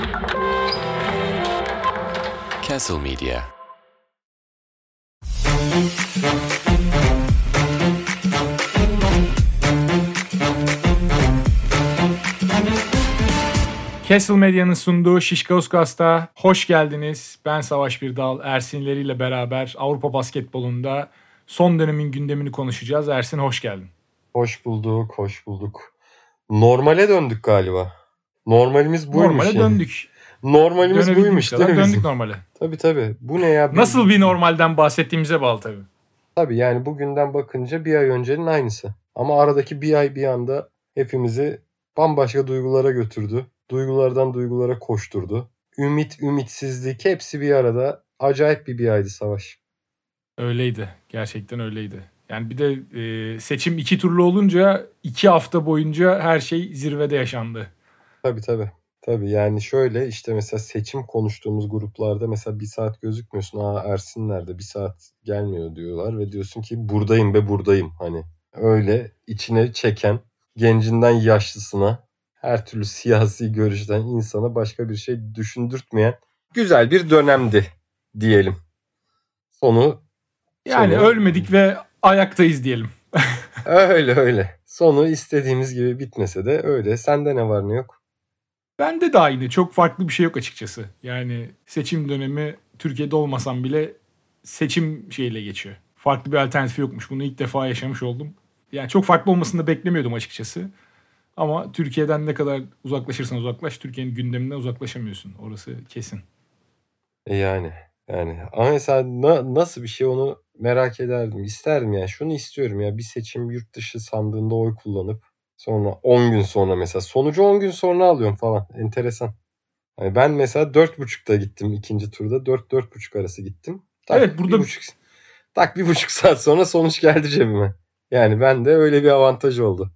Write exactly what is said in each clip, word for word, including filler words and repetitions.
Castle Media. Castle Medya'nın sunduğu Şişkausgas'ta hoş geldiniz. Ben Savaş Birdal, Ersinleriyle beraber Avrupa basketbolunda son dönemin gündemini konuşacağız. Ersin hoş geldin. Hoş bulduk, hoş bulduk. Normale döndük galiba. Normalimiz buymuş. Normale yani. döndük. Normalimiz buymuş değil mi döndük bizim? normale. Tabii tabii. Bu ne ya? Nasıl bir normalden bahsettiğimize bağlı tabii. Tabii yani bugünden bakınca bir ay öncenin aynısı. Ama aradaki bir ay bir anda hepimizi bambaşka duygulara götürdü. Duygulardan duygulara koşturdu. Ümit, ümitsizlik hepsi bir arada. Acayip bir bir aydı Savaş. Öyleydi. Gerçekten öyleydi. Yani bir de e, seçim iki turlu olunca iki hafta boyunca her şey zirvede yaşandı. Tabii tabii. Tabii yani şöyle işte mesela seçim konuştuğumuz gruplarda mesela bir saat gözükmüyorsun. Aa Ersin nerede? Bir saat gelmiyor diyorlar ve diyorsun ki buradayım be buradayım. Hani öyle içine çeken gencinden yaşlısına her türlü siyasi görüşten insana başka bir şey düşündürtmeyen güzel bir dönemdi diyelim. Sonu Yani sonu ölmedik ve ayaktayız diyelim. öyle öyle. Sonu istediğimiz gibi bitmese de öyle. Sende ne var ne yok? Bende de aynı. Çok farklı bir şey yok açıkçası. Yani seçim dönemi Türkiye'de olmasam bile seçim şeyle geçiyor. Farklı bir alternatifi yokmuş. Bunu ilk defa yaşamış oldum. Yani çok farklı olmasını da beklemiyordum açıkçası. Ama Türkiye'den ne kadar uzaklaşırsan uzaklaş, Türkiye'nin gündeminden uzaklaşamıyorsun. Orası kesin. E Yani yani ama mesela na- nasıl bir şey onu merak ederdim. İsterdim yani. Şunu istiyorum ya bir seçim yurt dışı sandığında oy kullanıp sonra on gün sonra mesela sonucu on gün sonra alıyorum falan. Enteresan. Hani ben mesela dört buçukta gittim ikinci turda. dört dört buçuk arası gittim. Tak Evet bir burada buçuk tak bir buçuk saat sonra sonuç geldi cebime. Yani ben de öyle bir avantaj oldu.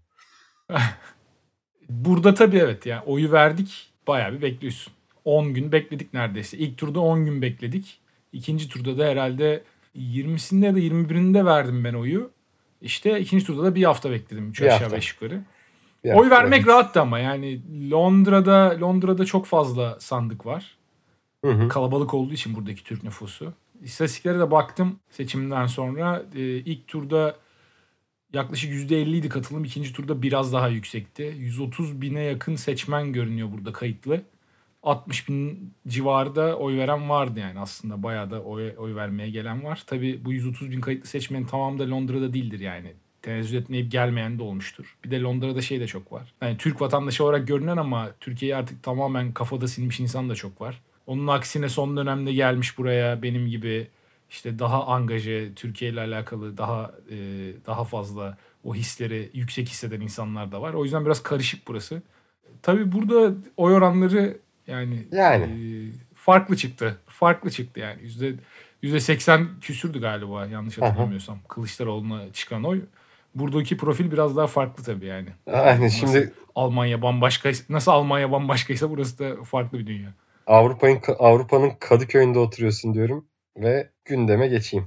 burada tabii evet yani oyu verdik bayağı bir bekliyorsun. on gün bekledik neredeyse. İlk turda on gün bekledik. İkinci turda da herhalde yirmisinde ya da yirmi birinde verdim ben oyu. İşte ikinci turda da bir hafta bekledim. Üç Bir aşağı hafta. beş yukarı. Bir Oy hafta vermek evet. rahattı ama yani Londra'da Londra'da çok fazla sandık var. Hı hı. Kalabalık olduğu için buradaki Türk nüfusu. İstatistiklere de baktım seçimden sonra. Ee, ilk turda yaklaşık yüzde elliydi katılım. İkinci turda biraz daha yüksekti. yüz otuz bine yakın seçmen görünüyor burada kayıtlı. altmış bin civarında oy veren vardı yani aslında. Bayağı da oy, oy vermeye gelen var. Tabii bu yüz otuz bin kayıtlı seçmenin tamamı da Londra'da değildir yani. Tenezzül etmeyip gelmeyen de olmuştur. Bir de Londra'da şey de çok var. Yani Türk vatandaşı olarak görünen ama Türkiye'yi artık tamamen kafada silmiş insan da çok var. Onun aksine son dönemde gelmiş buraya benim gibi işte daha angaje, Türkiye ile alakalı daha e, daha fazla o hisleri yüksek hisseden insanlar da var. O yüzden biraz karışık burası. Tabii burada oy oranları yani e, Yani. farklı çıktı. Farklı çıktı yani. Yüzde yüzde seksen küsürdü galiba yanlış Aha. hatırlamıyorsam. Kılıçdaroğlu'na çıkan oy. Buradaki profil biraz daha farklı tabii yani. Yani E, nasıl şimdi Almanya bambaşka nasıl Almanya bambaşkaysa burası da farklı bir dünya. Avrupa'nın Avrupa'nın Kadıköy'ünde oturuyorsun diyorum ve gündeme geçeyim.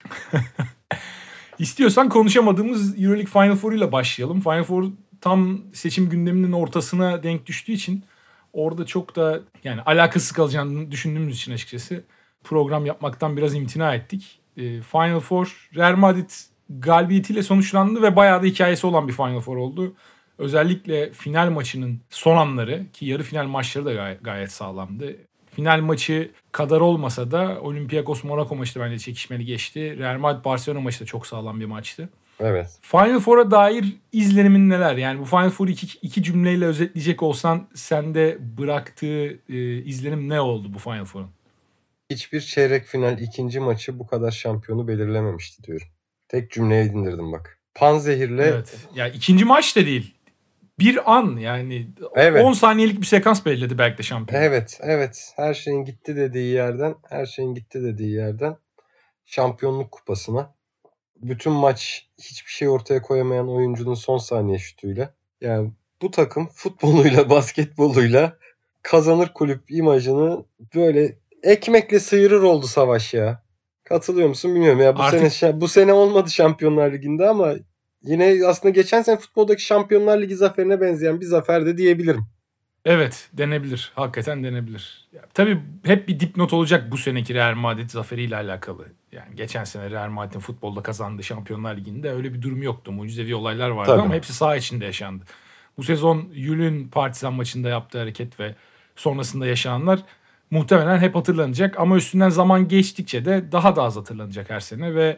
İstiyorsan konuşamadığımız EuroLeague Final Four'uyla başlayalım. Final Four tam seçim gündeminin ortasına denk düştüğü için orada çok da yani alakasız kalacağını düşündüğümüz için açıkçası program yapmaktan biraz imtina ettik. E, Final Four Real Madrid galibiyetiyle sonuçlandı ve bayağı da hikayesi olan bir Final Four oldu. Özellikle final maçının son anları ki yarı final maçları da gay- gayet sağlamdı. Final maçı kadar olmasa da Olympiakos Monaco maçı da bence çekişmeli geçti. Real Madrid Barcelona maçı da çok sağlam bir maçtı. Evet. Final Four'a dair izlenimin neler? Yani bu Final Four'u iki, iki cümleyle özetleyecek olsan sende bıraktığı e, izlenim ne oldu bu Final Four'un? Hiçbir çeyrek final ikinci maçı bu kadar şampiyonu belirlememişti diyorum. Tek cümleye indirdim bak. Panzehir'le Evet. Ya yani ikinci maç da değil. Bir an yani evet. on saniyelik bir sekans belirledi belki de şampiyonu. Evet, evet. Her şeyin gitti dediği yerden, her şeyin gitti dediği yerden şampiyonluk kupasına. Bütün maç hiçbir şey ortaya koyamayan oyuncunun son saniye şutuyla. Yani bu takım futboluyla, basketboluyla kazanır kulüp imajını böyle ekmekle sıyırır oldu Savaş ya. Katılıyor musun bilmiyorum ya. Bu Artık sene bu sene olmadı Şampiyonlar Ligi'nde ama yine aslında geçen sene futboldaki Şampiyonlar Ligi zaferine benzeyen bir zafer de diyebilirim. Evet, denebilir. Hakikaten denebilir. Ya, tabii hep bir dipnot olacak bu seneki Real Madrid zaferiyle alakalı. Yani geçen sene Real Madrid'in futbolda kazandığı Şampiyonlar Ligi'nde öyle bir durum yoktu. Mucizevi olaylar vardı Tabii. ama hepsi saha içinde yaşandı. Bu sezon Yul'ün Partizan maçında yaptığı hareket ve sonrasında yaşananlar muhtemelen hep hatırlanacak. Ama üstünden zaman geçtikçe de daha da az hatırlanacak her sene ve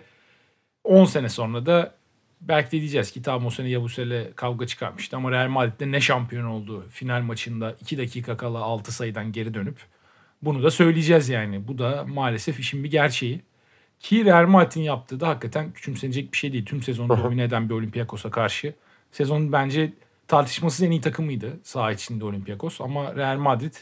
on sene sonra da belki de diyeceğiz ki tamam o sene Yabusele kavga çıkarmıştı ama Real Madrid'de ne şampiyon oldu final maçında iki dakika kala altı sayıdan geri dönüp bunu da söyleyeceğiz yani. Bu da maalesef işin bir gerçeği. Ki Real Madrid'in yaptığı da hakikaten küçümsenecek bir şey değil. Tüm sezonu domine eden bir Olympiakos'a karşı. Sezonun bence tartışmasız en iyi takımıydı saha içinde Olympiakos ama Real Madrid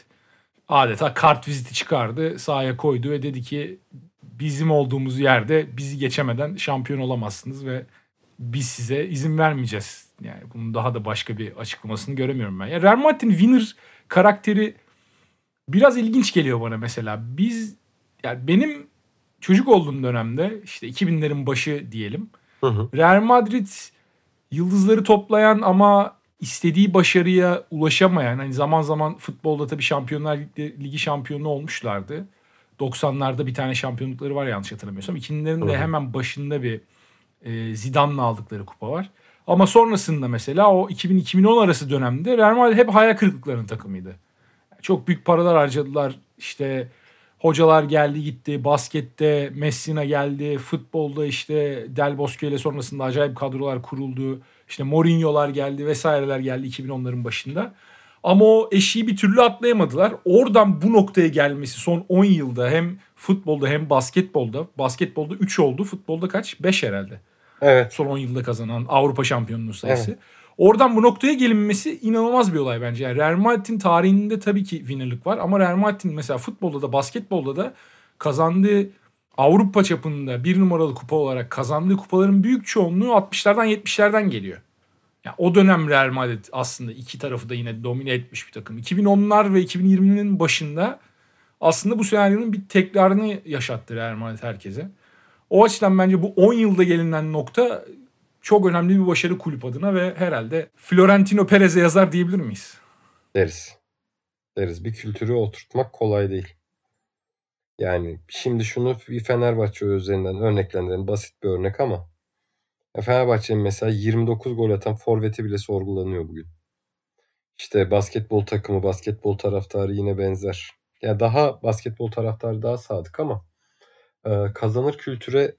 adeta kart viziti çıkardı, sahaya koydu ve dedi ki bizim olduğumuz yerde bizi geçemeden şampiyon olamazsınız ve biz size izin vermeyeceğiz. Yani bunun daha da başka bir açıklamasını göremiyorum ben. Ya Real Madrid'in winner karakteri biraz ilginç geliyor bana mesela. Biz yani benim çocuk olduğum dönemde işte iki binlerin başı diyelim. Hı hı. Real Madrid yıldızları toplayan ama istediği başarıya ulaşamayan, hani zaman zaman futbolda tabii Şampiyonlar Ligi, Ligi şampiyonu olmuşlardı. doksanlarda bir tane şampiyonlukları var yanlış hatırlamıyorsam. İkincilerin de hemen başında bir e, Zidane'la aldıkları kupa var. Ama sonrasında mesela o iki bin iki bin on arası dönemde Real Madrid hep hayal kırıklıklarının takımıydı. Çok büyük paralar harcadılar. İşte hocalar geldi gitti. Baskette Messina geldi. Futbolda işte Del Bosque ile sonrasında acayip kadrolar kuruldu. İşte Mourinho'lar geldi vesaireler geldi iki bin onların başında. Ama o eşiği bir türlü atlayamadılar. Oradan bu noktaya gelmesi son on yılda hem futbolda hem basketbolda. Basketbolda üç oldu. Futbolda kaç? beş herhalde. Evet. Son on yılda kazanan Avrupa şampiyonluğu sayısı. Evet. Oradan bu noktaya gelinmesi inanılmaz bir olay bence. Yani Real Madrid'in tarihinde tabii ki winner'lık var ama Real Madrid'in mesela futbolda da basketbolda da kazandığı Avrupa çapında bir numaralı kupa olarak kazandığı kupaların büyük çoğunluğu altmışlardan yetmişlerden geliyor. Yani o dönem Real Madrid aslında iki tarafı da yine domine etmiş bir takım. iki bin onlar ve iki bin yirminin başında aslında bu senaryonun bir tekrarını yaşattı Real Madrid herkese. O açıdan bence bu on yılda gelinen nokta çok önemli bir başarı kulüp adına ve herhalde Florentino Perez'e yazar diyebilir miyiz? Deriz. Deriz. Bir kültürü oturtmak kolay değil. Yani şimdi şunu bir Fenerbahçe üzerinden örneklendirelim. Basit bir örnek ama Fenerbahçe'nin mesela yirmi dokuz gol atan forveti bile sorgulanıyor bugün. İşte basketbol takımı, basketbol taraftarı yine benzer. Ya yani daha basketbol taraftarı daha sadık ama e, kazanır kültüre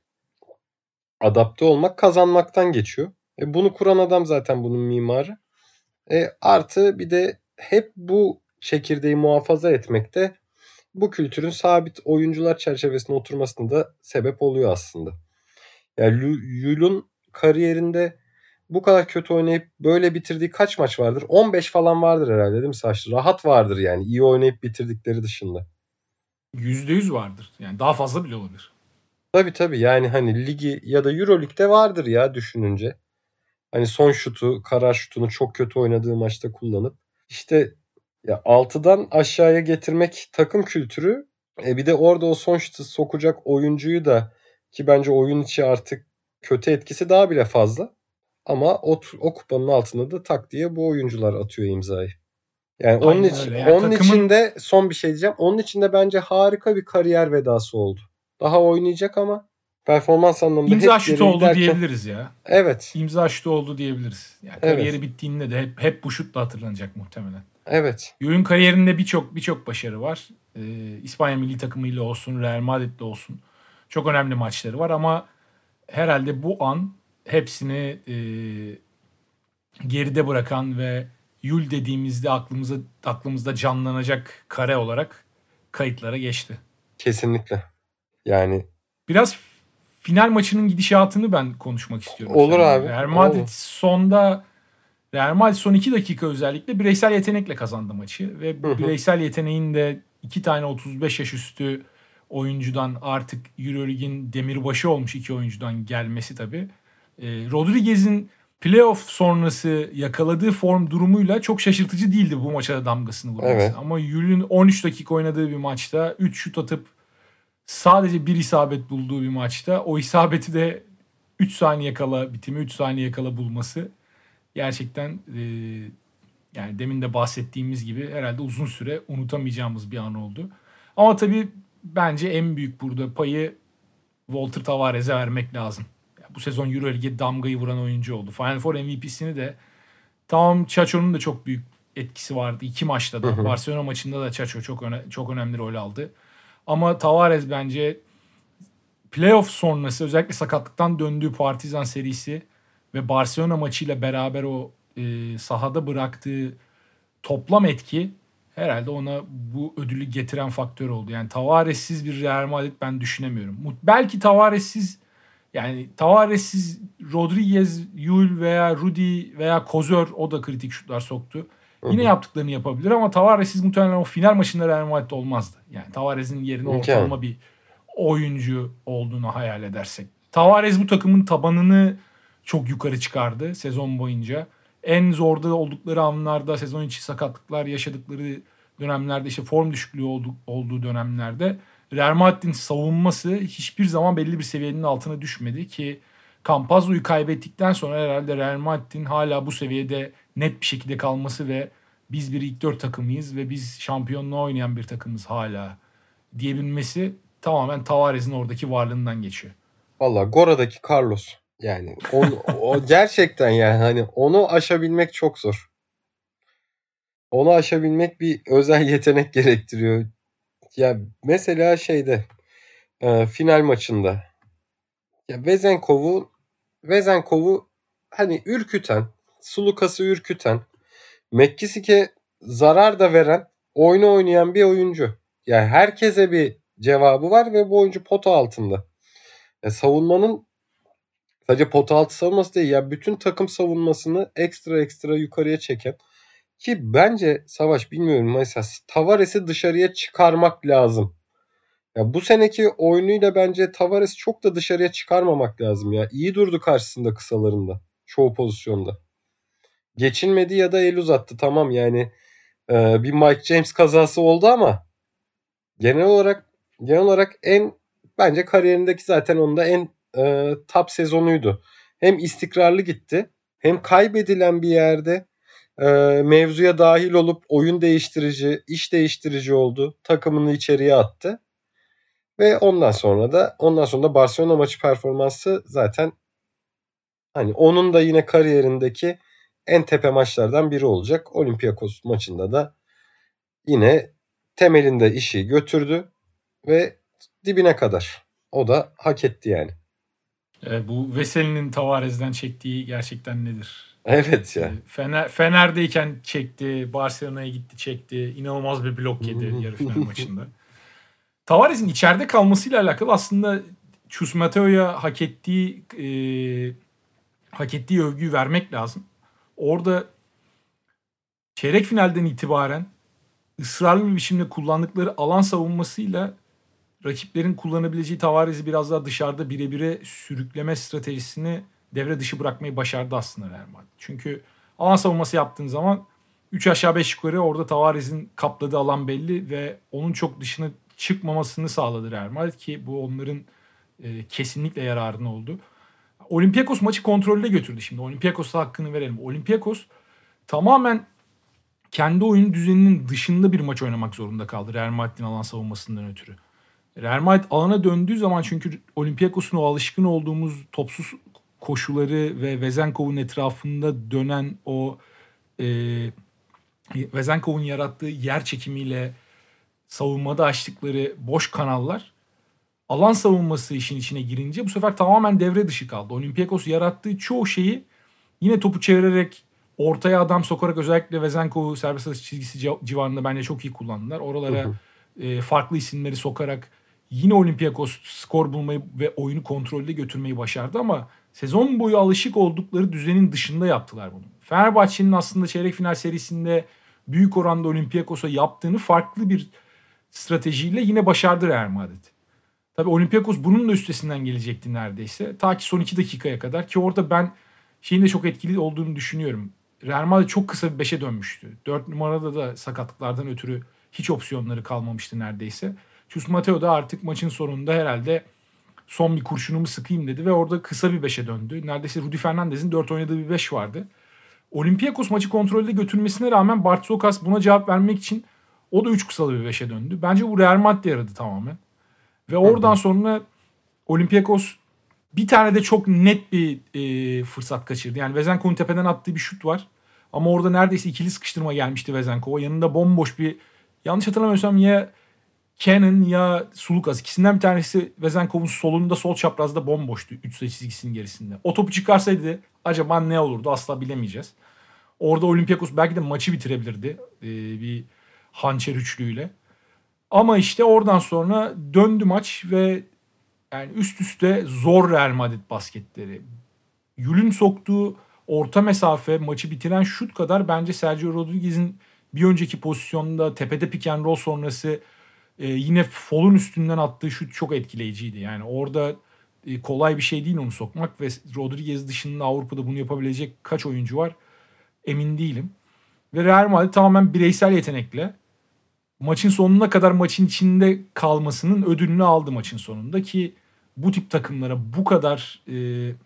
adapte olmak kazanmaktan geçiyor. E, bunu kuran adam zaten bunun mimarı. E, artı bir de hep bu çekirdeği muhafaza etmekte bu kültürün sabit oyuncular çerçevesine oturmasına da sebep oluyor aslında. Yani Yul'un kariyerinde bu kadar kötü oynayıp böyle bitirdiği kaç maç vardır? on beş falan vardır herhalde değil mi Saçlı? Rahat vardır yani iyi oynayıp bitirdikleri dışında. yüzde yüz vardır. Yani daha fazla bile olabilir. Tabii tabii yani hani ligi ya da Euroleague'de vardır ya düşününce. Hani son şutu, karar şutunu çok kötü oynadığı maçta kullanıp işte ya altıdan aşağıya getirmek takım kültürü. E bir de orada o son şutu sokacak oyuncuyu da ki bence oyun içi artık kötü etkisi daha bile fazla. Ama o, o kupanın altında da tak diye bu oyuncular atıyor imzayı. Yani Aynen onun için, öyle. Yani onun takımın... için de son bir şey diyeceğim. Onun için de bence harika bir kariyer vedası oldu. Daha oynayacak ama performans anlamında İmza hep şutu geri oldu giderken... diyebiliriz ya. Evet. İmza şutu oldu diyebiliriz. Yani Evet. kariyeri bittiğinde de hep, hep bu şutla hatırlanacak muhtemelen. Evet. Yul'un kariyerinde birçok birçok başarı var. Ee, İspanya milli takımıyla olsun, Real Madrid'le olsun. Çok önemli maçları var ama herhalde bu an hepsini e, geride bırakan ve Yul dediğimizde aklımıza aklımızda canlanacak kare olarak kayıtlara geçti. Kesinlikle. Yani biraz final maçının gidişatını ben konuşmak istiyorum. Olur seninle. abi. Real Madrid Olur. sonda Real Madrid son iki dakika özellikle bireysel yetenekle kazandı maçı ve bu Hı hı. bireysel yeteneğin de iki tane otuz beş yaş üstü oyuncudan artık Euroleague'in demirbaşı olmuş iki oyuncudan gelmesi tabii. E, Rodriguez'in playoff sonrası yakaladığı form durumuyla çok şaşırtıcı değildi bu maça da damgasını vurması. Evet. Ama Yul'ün on üç dakika oynadığı bir maçta üç şut atıp sadece bir isabet bulduğu bir maçta o isabeti de üç saniye kala bitimi üç saniye kala bulması gerçekten e, Yani demin de bahsettiğimiz gibi herhalde uzun süre unutamayacağımız bir an oldu. Ama tabii bence en büyük burada payı Walter Tavares'e vermek lazım. Bu sezon Euroleague'e damgayı vuran oyuncu oldu. Final Four M V P'sini de tamam, Chacho'nun da çok büyük etkisi vardı. İki maçta da. Hı hı. Barcelona maçında da Chacho çok öne, çok önemli rol aldı. Ama Tavares bence playoff sonrası özellikle sakatlıktan döndüğü Partizan serisi ve Barcelona maçıyla beraber o e, sahada bıraktığı toplam etki herhalde ona bu ödülü getiren faktör oldu. Yani Tavares'siz bir Real Madrid ben düşünemiyorum. Belki Tavares'siz yani Tavares'siz Rodriguez, Yul veya Rudy veya Kozör o da kritik şutlar soktu. Hı Yine hı. yaptıklarını yapabilir ama Tavares'siz muhtemelen o final maçında Real Madrid olmazdı. Yani Tavares'in yerine İmkan. ortalama bir oyuncu olduğunu hayal edersek. Tavares bu takımın tabanını çok yukarı çıkardı sezon boyunca. En zorda oldukları anlarda, sezon içi sakatlıklar yaşadıkları dönemlerde, işte form düşüklüğü oldu, olduğu dönemlerde Real Madrid'in savunması hiçbir zaman belli bir seviyenin altına düşmedi ki Campazzo'yu kaybettikten sonra herhalde Real Madrid'in hala bu seviyede net bir şekilde kalması ve biz bir ilk dört takımıyız ve biz şampiyonluğa oynayan bir takımız hala diyebilmesi tamamen Tavares'in oradaki varlığından geçiyor. Valla Gora'daki Carlos. Yani o, o gerçekten yani hani onu aşabilmek çok zor. Onu aşabilmek bir özel yetenek gerektiriyor. Ya mesela şeyde e, final maçında ya Vezenkov'u Vezenkov'u hani ürküten, Sulukas'ı ürküten, McKissick'e zarar da veren, oyunu oynayan bir oyuncu. Yani herkese bir cevabı var ve bu oyuncu pota altında. Ya savunmanın sadece pota altı savunması değil ya bütün takım savunmasını ekstra ekstra yukarıya çeken ki bence Savaş bilmiyorum mesela Tavares'i dışarıya çıkarmak lazım. Ya bu seneki oyunuyla bence Tavares'i çok da dışarıya çıkarmamak lazım ya. İyi durdu karşısında kısalarında. Çoğu pozisyonda. Geçilmedi ya da el uzattı. Tamam yani e, bir Mike James kazası oldu ama genel olarak genel olarak en bence kariyerindeki zaten onun da en e, top sezonuydu. Hem istikrarlı gitti hem kaybedilen bir yerde e, mevzuya dahil olup oyun değiştirici, iş değiştirici oldu. Takımını içeriye attı. Ve ondan sonra da ondan sonra da Barcelona maçı performansı zaten hani onun da yine kariyerindeki en tepe maçlardan biri olacak. Olympiakos maçında da yine temelinde işi götürdü ve dibine kadar. O da hak etti yani. E, bu Veseli'nin Tavares'den çektiği gerçekten nedir? Evet ya. Fener, Fener'deyken çekti, Barcelona'ya gitti çekti. İnanılmaz bir blok yedi yarı final maçında. Tavares'in içeride kalmasıyla alakalı aslında Chus Mateo'ya hak ettiği e, hak ettiği övgüyü vermek lazım. Orada çeyrek finalden itibaren ısrarlı bir biçimde kullandıkları alan savunmasıyla rakiplerin kullanabileceği Tavares'i biraz daha dışarıda birebire sürükleme stratejisini devre dışı bırakmayı başardı aslında Real Madrid. Çünkü alan savunması yaptığın zaman üç aşağı beş yukarı orada Tavares'in kapladığı alan belli ve onun çok dışına çıkmamasını sağladı Real Madrid ki bu onların e, kesinlikle yararına oldu. Olympiakos maçı kontrolde götürdü şimdi. Olympiakos'a hakkını verelim. Olympiakos tamamen kendi oyun düzeninin dışında bir maç oynamak zorunda kaldı Real Madrid'in alan savunmasından ötürü. Real Madrid alana döndüğü zaman çünkü Olympiakos'un o alışkın olduğumuz topsuz koşuları ve Vezenkov'un etrafında dönen o e, Vezenkov'un yarattığı yer çekimiyle savunmada açtıkları boş kanallar alan savunması işin içine girince bu sefer tamamen devre dışı kaldı. Olympiakos yarattığı çoğu şeyi yine topu çevirerek ortaya adam sokarak özellikle Vezenkov'u serbest atış çizgisi civarında bence çok iyi kullandılar. Oralara e, farklı isimleri sokarak yine Olympiakos skor bulmayı ve oyunu kontrolde götürmeyi başardı ama sezon boyu alışık oldukları düzenin dışında yaptılar bunu. Fenerbahçe'nin aslında çeyrek final serisinde büyük oranda Olympiakos'a yaptığını farklı bir stratejiyle yine başardı Real Madrid. Tabii Olympiakos bunun da üstesinden gelecekti neredeyse. Ta ki son iki dakikaya kadar ki orada ben şeyin de çok etkili olduğunu düşünüyorum. Real Madrid çok kısa bir beşe dönmüştü. dört numarada da sakatlıklardan ötürü hiç opsiyonları kalmamıştı neredeyse. Chus Mateo da artık maçın sonunda herhalde son bir kurşunumu sıkayım dedi ve orada kısa bir beşe döndü. Neredeyse Rudy Fernandez'in dört oynadığı bir beş vardı. Olympiakos maçı kontrolde götürmesine rağmen Bartzokas buna cevap vermek için o da üç kısalı bir beşe döndü. Bence bu Real Madrid'e yaradı tamamen. Ve oradan sonra Olympiakos bir tane de çok net bir e, fırsat kaçırdı. Yani Vezenkov'un tepeden attığı bir şut var. Ama orada neredeyse ikili sıkıştırma gelmişti Vezenkov'a. Yanında bomboş bir, yanlış hatırlamıyorsam ya Cannon ya Sulukas, ikisinden bir tanesi Vezenkov'un solunda, sol çaprazda bomboştu. üç sayı çizgisinin gerisinde. O topu çıkarsaydı acaba ne olurdu asla bilemeyeceğiz. Orada Olympiakos belki de maçı bitirebilirdi. Ee, bir hançer üçlüyle. Ama işte oradan sonra döndü maç ve yani üst üste zor Real Madrid basketleri. Yül'ün soktuğu orta mesafe maçı bitiren şut kadar bence Sergio Rodriguez'in bir önceki pozisyonda tepede pick and roll sonrası e, yine Fall'un üstünden attığı şut çok etkileyiciydi. Yani orada e, kolay bir şey değil onu sokmak ve Rodriguez dışında Avrupa'da bunu yapabilecek kaç oyuncu var emin değilim. Ve Real Madrid tamamen bireysel yetenekle maçın sonuna kadar maçın içinde kalmasının ödülünü aldı maçın sonunda ki bu tip takımlara bu kadar e,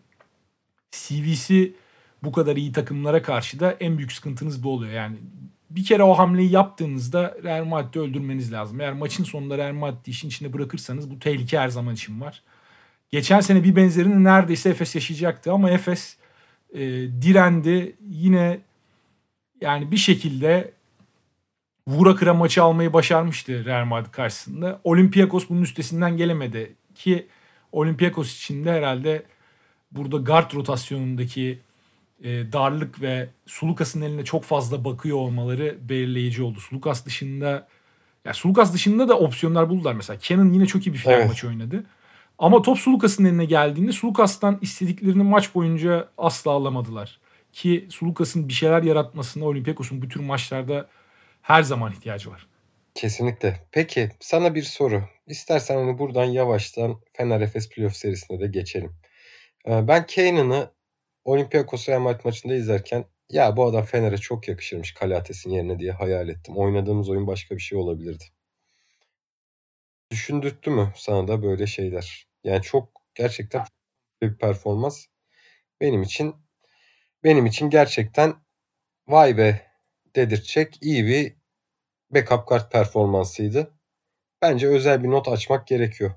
C V'si bu kadar iyi takımlara karşı da en büyük sıkıntınız bu oluyor. Yani bir kere o hamleyi yaptığınızda Real Madrid'i öldürmeniz lazım. Eğer maçın sonunda Real Madrid'i işin içine bırakırsanız bu tehlike her zaman için var. Geçen sene bir benzerini neredeyse Efes yaşayacaktı ama Efes e, direndi. Yine yani bir şekilde vura kıra maçı almayı başarmıştı Real Madrid karşısında. Olympiakos bunun üstesinden gelemedi ki Olympiakos için de herhalde burada guard rotasyonundaki e, darlık ve Sulukas'ın eline çok fazla bakıyor olmaları belirleyici oldu. Sulukas dışında ya Sulukas dışında da opsiyonlar buldular mesela. Cannon yine çok iyi bir final Evet. maçı oynadı. Ama top Sulukas'ın eline geldiğinde Sulukas'tan istediklerini maç boyunca asla alamadılar. Ki Sulukas'ın bir şeyler yaratmasına Olympiakos'un bu tür maçlarda her zaman ihtiyacı var. Kesinlikle. Peki sana bir soru. İstersen hani buradan yavaştan Fener Efes Playoff serisine de geçelim. Ee, Ben Cannon'ı Olympiakos Real Madrid maçında izlerken ya bu adam Fener'e çok yakışırmış Kalates'in yerine diye hayal ettim. Oynadığımız oyun başka bir şey olabilirdi. Düşündürttü mü sana da böyle şeyler? Yani çok gerçekten bir performans. Benim için benim için gerçekten vay be dedirtecek iyi bir backup guard performansıydı. Bence özel bir not açmak gerekiyor.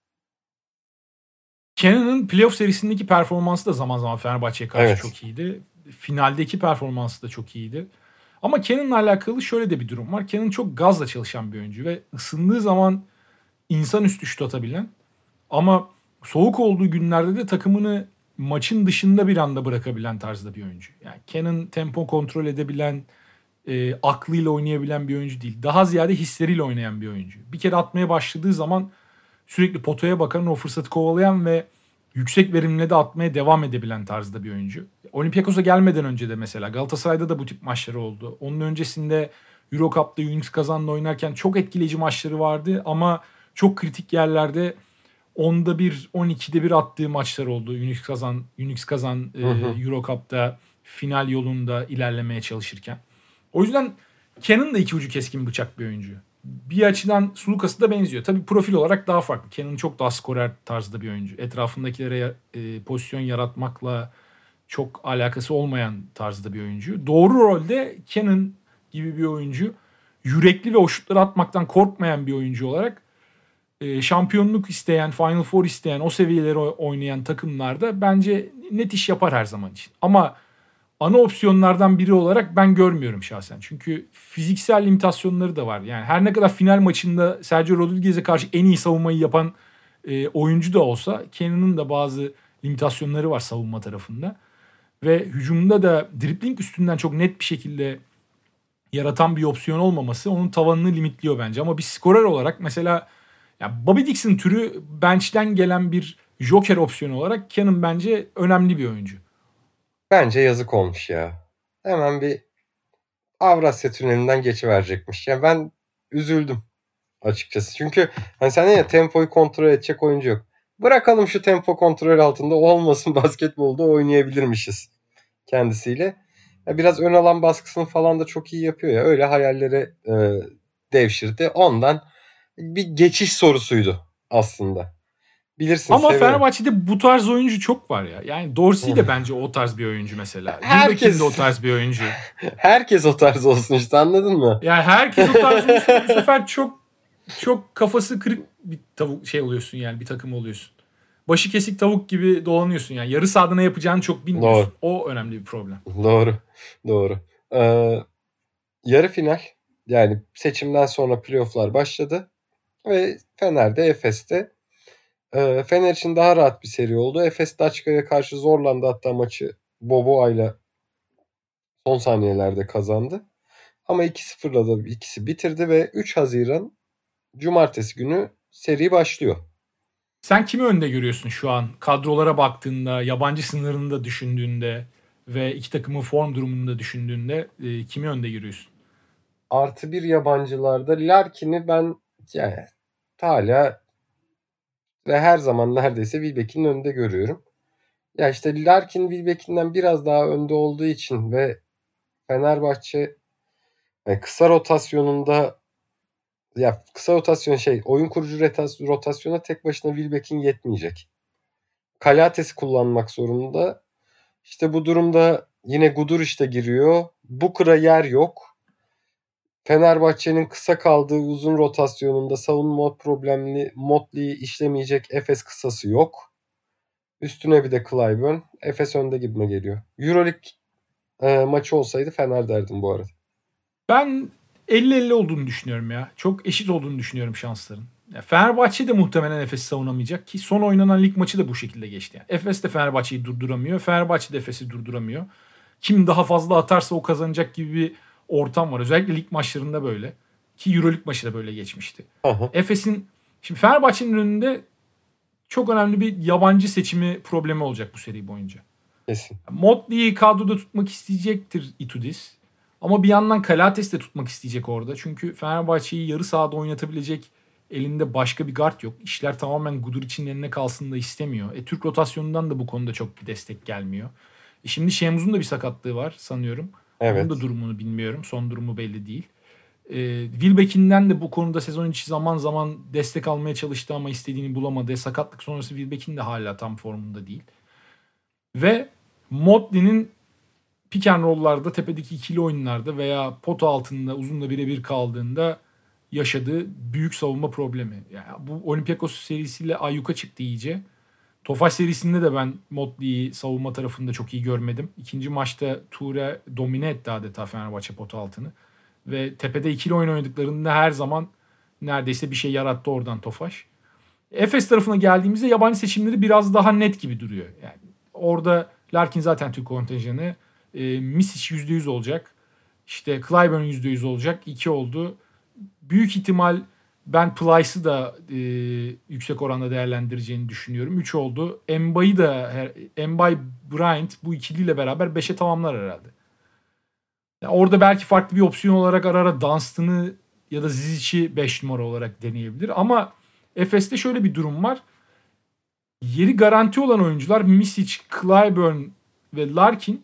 Cannon'ın playoff serisindeki performansı da zaman zaman Fenerbahçe'ye karşı Evet. çok iyiydi. Finaldeki performansı da çok iyiydi. Ama Cannon'la alakalı şöyle de bir durum var. Cannon çok gazla çalışan bir oyuncu ve ısındığı zaman insanüstü şut atabilen ama soğuk olduğu günlerde de takımını maçın dışında bir anda bırakabilen tarzda bir oyuncu. Yani Cannon tempo kontrol edebilen, e, aklıyla oynayabilen bir oyuncu değil. Daha ziyade hisleriyle oynayan bir oyuncu. Bir kere atmaya başladığı zaman sürekli potaya bakan, o fırsatı kovalayan ve yüksek verimle de atmaya devam edebilen tarzda bir oyuncu. Olympiakos'a gelmeden önce de mesela Galatasaray'da da bu tip maçları oldu. Onun öncesinde Euro Cup'ta Unix Kazan'la oynarken çok etkileyici maçları vardı ama çok kritik yerlerde onda bir, on ikide bir attığı maçlar oldu. Unix Kazan, Unix Kazan e, Hı hı. Euro Cup'ta final yolunda ilerlemeye çalışırken. O yüzden Cannon da iki ucu keskin bıçak bir oyuncu. Bir açıdan Sulukas'a da benziyor. Tabii profil olarak daha farklı. Cannon çok daha skorer tarzda bir oyuncu. Etrafındakilere e, pozisyon yaratmakla çok alakası olmayan tarzda bir oyuncu. Doğru rolde Cannon gibi bir oyuncu, yürekli ve o şutları atmaktan korkmayan bir oyuncu olarak e, şampiyonluk isteyen, Final Four isteyen, o seviyeleri oynayan takımlarda bence net iş yapar her zaman için. Ama ana opsiyonlardan biri olarak ben görmüyorum şahsen. Çünkü fiziksel limitasyonları da var. Yani her ne kadar final maçında Sergio Rodriguez'e karşı en iyi savunmayı yapan e, oyuncu da olsa Cannon'ın da bazı limitasyonları var savunma tarafında. Ve hücumda da dribbling üstünden çok net bir şekilde yaratan bir opsiyon olmaması onun tavanını limitliyor bence. Ama bir skorer olarak mesela ya Bobby Dixon türü bench'ten gelen bir joker opsiyonu olarak Cannon bence önemli bir oyuncu. Bence yazık olmuş ya. Hemen bir Avrasya Tüneli'nden geçiverecekmiş. Yani ben üzüldüm açıkçası. Çünkü hani sen ya tempoyu kontrol edecek oyuncu yok. Bırakalım şu tempo kontrol altında olmasın, basketbolda oynayabilirmişiz kendisiyle. Ya biraz ön alan baskısını falan da çok iyi yapıyor ya. Öyle hayallere e, devşirdi. Ondan bir geçiş sorusuydu aslında. Bilirsin Ama severim. Fenerbahçe'de bu tarz oyuncu çok var ya. Yani Dorsey de bence o tarz bir oyuncu mesela. Herkes de o tarz bir oyuncu. Herkes o tarz olsun işte, anladın mı? Yani herkes o tarz olursa bu sefer çok çok kafası kırık bir tavuk şey oluyorsun yani, bir takım oluyorsun. Başı kesik tavuk gibi dolanıyorsun yani. Yarı sahada ne yapacağını çok bilmiyorsun. Doğru. O önemli bir problem. Doğru. Doğru. Ee, yarı final, yani seçimden sonra playoff'lar başladı ve Fener'de Efes'te. Ee, Fener için daha rahat bir seri oldu. Efes Daçka'ya karşı zorlandı, hatta maçı Boboa'yla son saniyelerde kazandı. Ama iki sıfırla da ikisi bitirdi ve üç Haziran Cumartesi günü seri başlıyor. Sen kimi önde görüyorsun şu an? Kadrolara baktığında, yabancı sınırını da düşündüğünde ve iki takımın form durumunu da düşündüğünde e, kimi önde görüyorsun? Artı bir yabancılarda Larkin'i ben yani hala ve her zaman neredeyse Wilbeck'in önünde görüyorum. Ya işte Larkin Wilbeck'inden biraz daha önde olduğu için ve Fenerbahçe yani kısa rotasyonunda, ya kısa rotasyon şey oyun kurucu rotasyona tek başına Wilbeck'in yetmeyecek. Kalates'i kullanmak zorunda. İşte bu durumda yine Gudur işte giriyor. Booker'a yer yok. Fenerbahçe'nin kısa kaldığı uzun rotasyonunda savunma problemli Motley'i işlemeyecek Efes kısası yok. Üstüne bir de Clyburn. Efes önde gibime geliyor. Euroleague e, maçı olsaydı Fener derdim bu arada. Ben elli elli olduğunu düşünüyorum ya. Çok eşit olduğunu düşünüyorum şansların. Ya Fenerbahçe de muhtemelen Efes'i savunamayacak ki son oynanan lig maçı da bu şekilde geçti. Yani Efes de Fenerbahçe'yi durduramıyor. Fenerbahçe de Efes'i durduramıyor. Kim daha fazla atarsa o kazanacak gibi bir ortam var. Özellikle lig maçlarında böyle. Ki Euroleague maçı da böyle geçmişti. Aha. Efes'in, şimdi Fenerbahçe'nin önünde çok önemli bir yabancı seçimi problemi olacak bu seri boyunca. Kesin. Motley'i kadroda tutmak isteyecektir Itudis. Ama bir yandan Kalates de tutmak isteyecek orada. Çünkü Fenerbahçe'yi yarı sahada oynatabilecek elinde başka bir guard yok. İşler tamamen Gudur için eline kalsın da istemiyor. E, Türk rotasyonundan da bu konuda çok bir destek gelmiyor. E, şimdi Şemuz'un da bir sakatlığı var sanıyorum. Evet. Onun da durumunu bilmiyorum. Son durumu belli değil. E, Wilbeck'inden de bu konuda sezon içi zaman zaman destek almaya çalıştı ama istediğini bulamadı. E, sakatlık sonrası Wilbeck'in de hala tam formunda değil. Ve Motley'nin pick and roll'larda, tepedeki ikili oyunlarda veya pot altında uzunla birebir kaldığında yaşadığı büyük savunma problemi. Yani bu Olympiakos serisiyle ayyuka çıktı iyice. Tofaş serisinde de ben Motley'i savunma tarafında çok iyi görmedim. İkinci maçta Ture domine etti adeta Fenerbahçe pot altını. Ve tepede ikili oyun oynadıklarında her zaman neredeyse bir şey yarattı oradan Tofaş. Efes tarafına geldiğimizde yabancı seçimleri biraz daha net gibi duruyor. Yani orada Larkin zaten Türk kontenjanı. E, Misic yüzde yüz olacak. İşte Clyburn yüzde yüz olacak. iki oldu. Büyük ihtimal ben Plyce'ı da e, yüksek oranda değerlendireceğini düşünüyorum. üç oldu. Mbai'yi da Mbai Bryant bu ikiliyle beraber beşe tamamlar herhalde. Yani orada belki farklı bir opsiyon olarak ara ara Dunstan'ı ya da Zizic'i beş numara olarak deneyebilir. Ama Efes'te şöyle bir durum var. Yeri garanti olan oyuncular Misic, Clyburn ve Larkin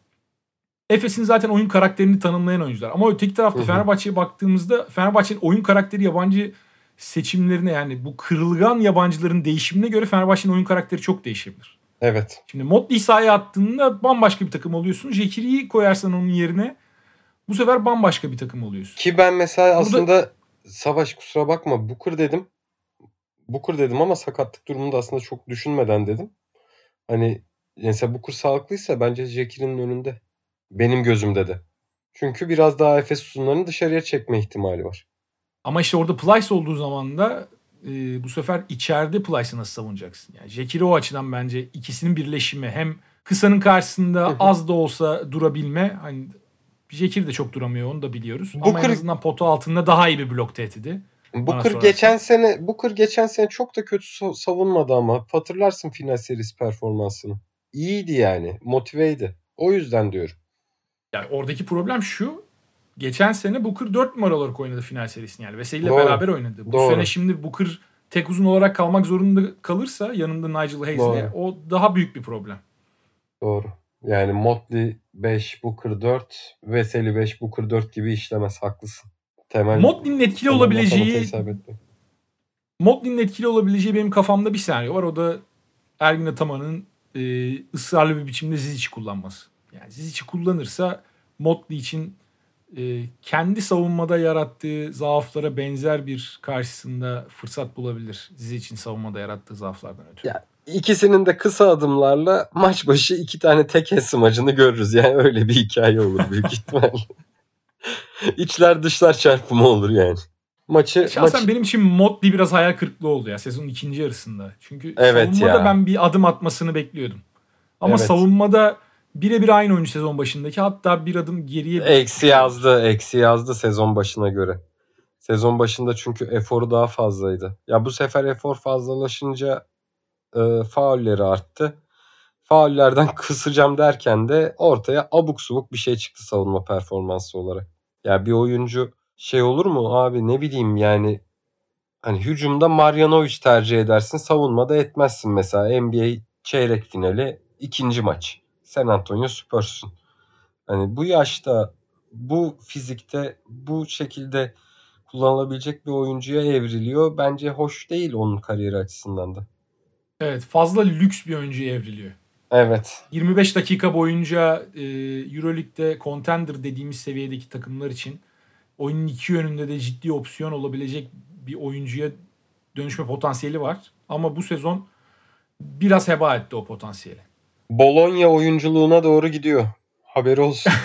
Efes'in zaten oyun karakterini tanımlayan oyuncular. Ama öteki tarafta hı hı. Fenerbahçe'ye baktığımızda Fenerbahçe'nin oyun karakteri yabancı seçimlerine, yani bu kırılgan yabancıların değişimine göre Fenerbahçe'nin oyun karakteri çok değişebilir. Evet. Şimdi Motley'i sahaya attığında bambaşka bir takım oluyorsun. Jekiri'yi koyarsan onun yerine bu sefer bambaşka bir takım oluyorsun. Ki ben mesela Burada... aslında Savaş kusura bakma Booker dedim. Booker dedim ama sakatlık durumunda aslında çok düşünmeden dedim. Hani mesela Booker sağlıklıysa bence Jekiri'nin önünde. Benim gözümde de. Çünkü biraz daha Efes uzunlarını dışarıya çekme ihtimali var. Ama işte orada Plyce olduğu zaman da e, bu sefer içeride Plyce'ı nasıl savunacaksın? Yani Jekiri o açıdan bence ikisinin birleşimi, hem kısanın karşısında az da olsa durabilme. Hani Jekiri de çok duramıyor, onu da biliyoruz. Booker, ama en azından potu altında daha iyi bir blok tehdidi. Booker geçen sene Booker geçen sene çok da kötü savunmadı ama hatırlarsın final serisi performansını. İyiydi yani, motiveydi. O yüzden diyorum. Yani oradaki problem şu. Geçen sene Booker dört numara olarak oynadı final serisini yani. Veseli ile beraber oynadı. Bu Doğru. sene şimdi Booker tek uzun olarak kalmak zorunda kalırsa yanında Nigel Hayes'le o daha büyük bir problem. Doğru. Yani Motley beş, Booker dört, Veseli beş, Booker dört gibi işlemez, haklısın. Temel Motley'nin etkili olabileceği Motley'nin etkili olabileceği benim kafamda bir senaryo var. O da Ergin Ataman'ın e, ısrarlı bir biçimde Zizic'i kullanması. Yani Zizic'i kullanırsa Motley için e, kendi savunmada yarattığı zaaflara benzer bir karşısında fırsat bulabilir. Zizic için savunmada yarattığı zaaflardan ötürü. Ya ikisinin de kısa adımlarla maç başı iki tane tek smacını görürüz. Yani öyle bir hikaye olur büyük ihtimalle. İçler dışlar çarpımı olur yani. Maçı Şahsen maç... benim için Motley biraz hayal kırıklığı oldu ya sezonun ikinci yarısında. Çünkü Evet savunmada ya. ben bir adım atmasını bekliyordum. Ama Evet. savunmada birebir aynı oyuncu sezon başındaki, hatta bir adım geriye bir Eksi yazdı, eksi yazdı sezon başına göre. Sezon başında çünkü eforu daha fazlaydı. Ya bu sefer efor fazlalaşınca e, faulleri arttı. Faullerden kısacağım derken de ortaya abuk subuk bir şey çıktı savunma performansı olarak. Ya bir oyuncu şey olur mu abi, ne bileyim yani, hani hücumda Marjanovic tercih edersin, savunmada etmezsin mesela. N B A çeyrek finali ikinci maç. San Antonio Spurs'un. Hani bu yaşta, bu fizikte, bu şekilde kullanılabilecek bir oyuncuya evriliyor. Bence hoş değil onun kariyeri açısından da. Evet, fazla lüks bir oyuncuya evriliyor. Evet. yirmi beş dakika boyunca e, Euroleague'de contender dediğimiz seviyedeki takımlar için oyunun iki yönünde de ciddi opsiyon olabilecek bir oyuncuya dönüşme potansiyeli var. Ama bu sezon biraz heba etti o potansiyeli. Bologna oyunculuğuna doğru gidiyor. Haberi olsun.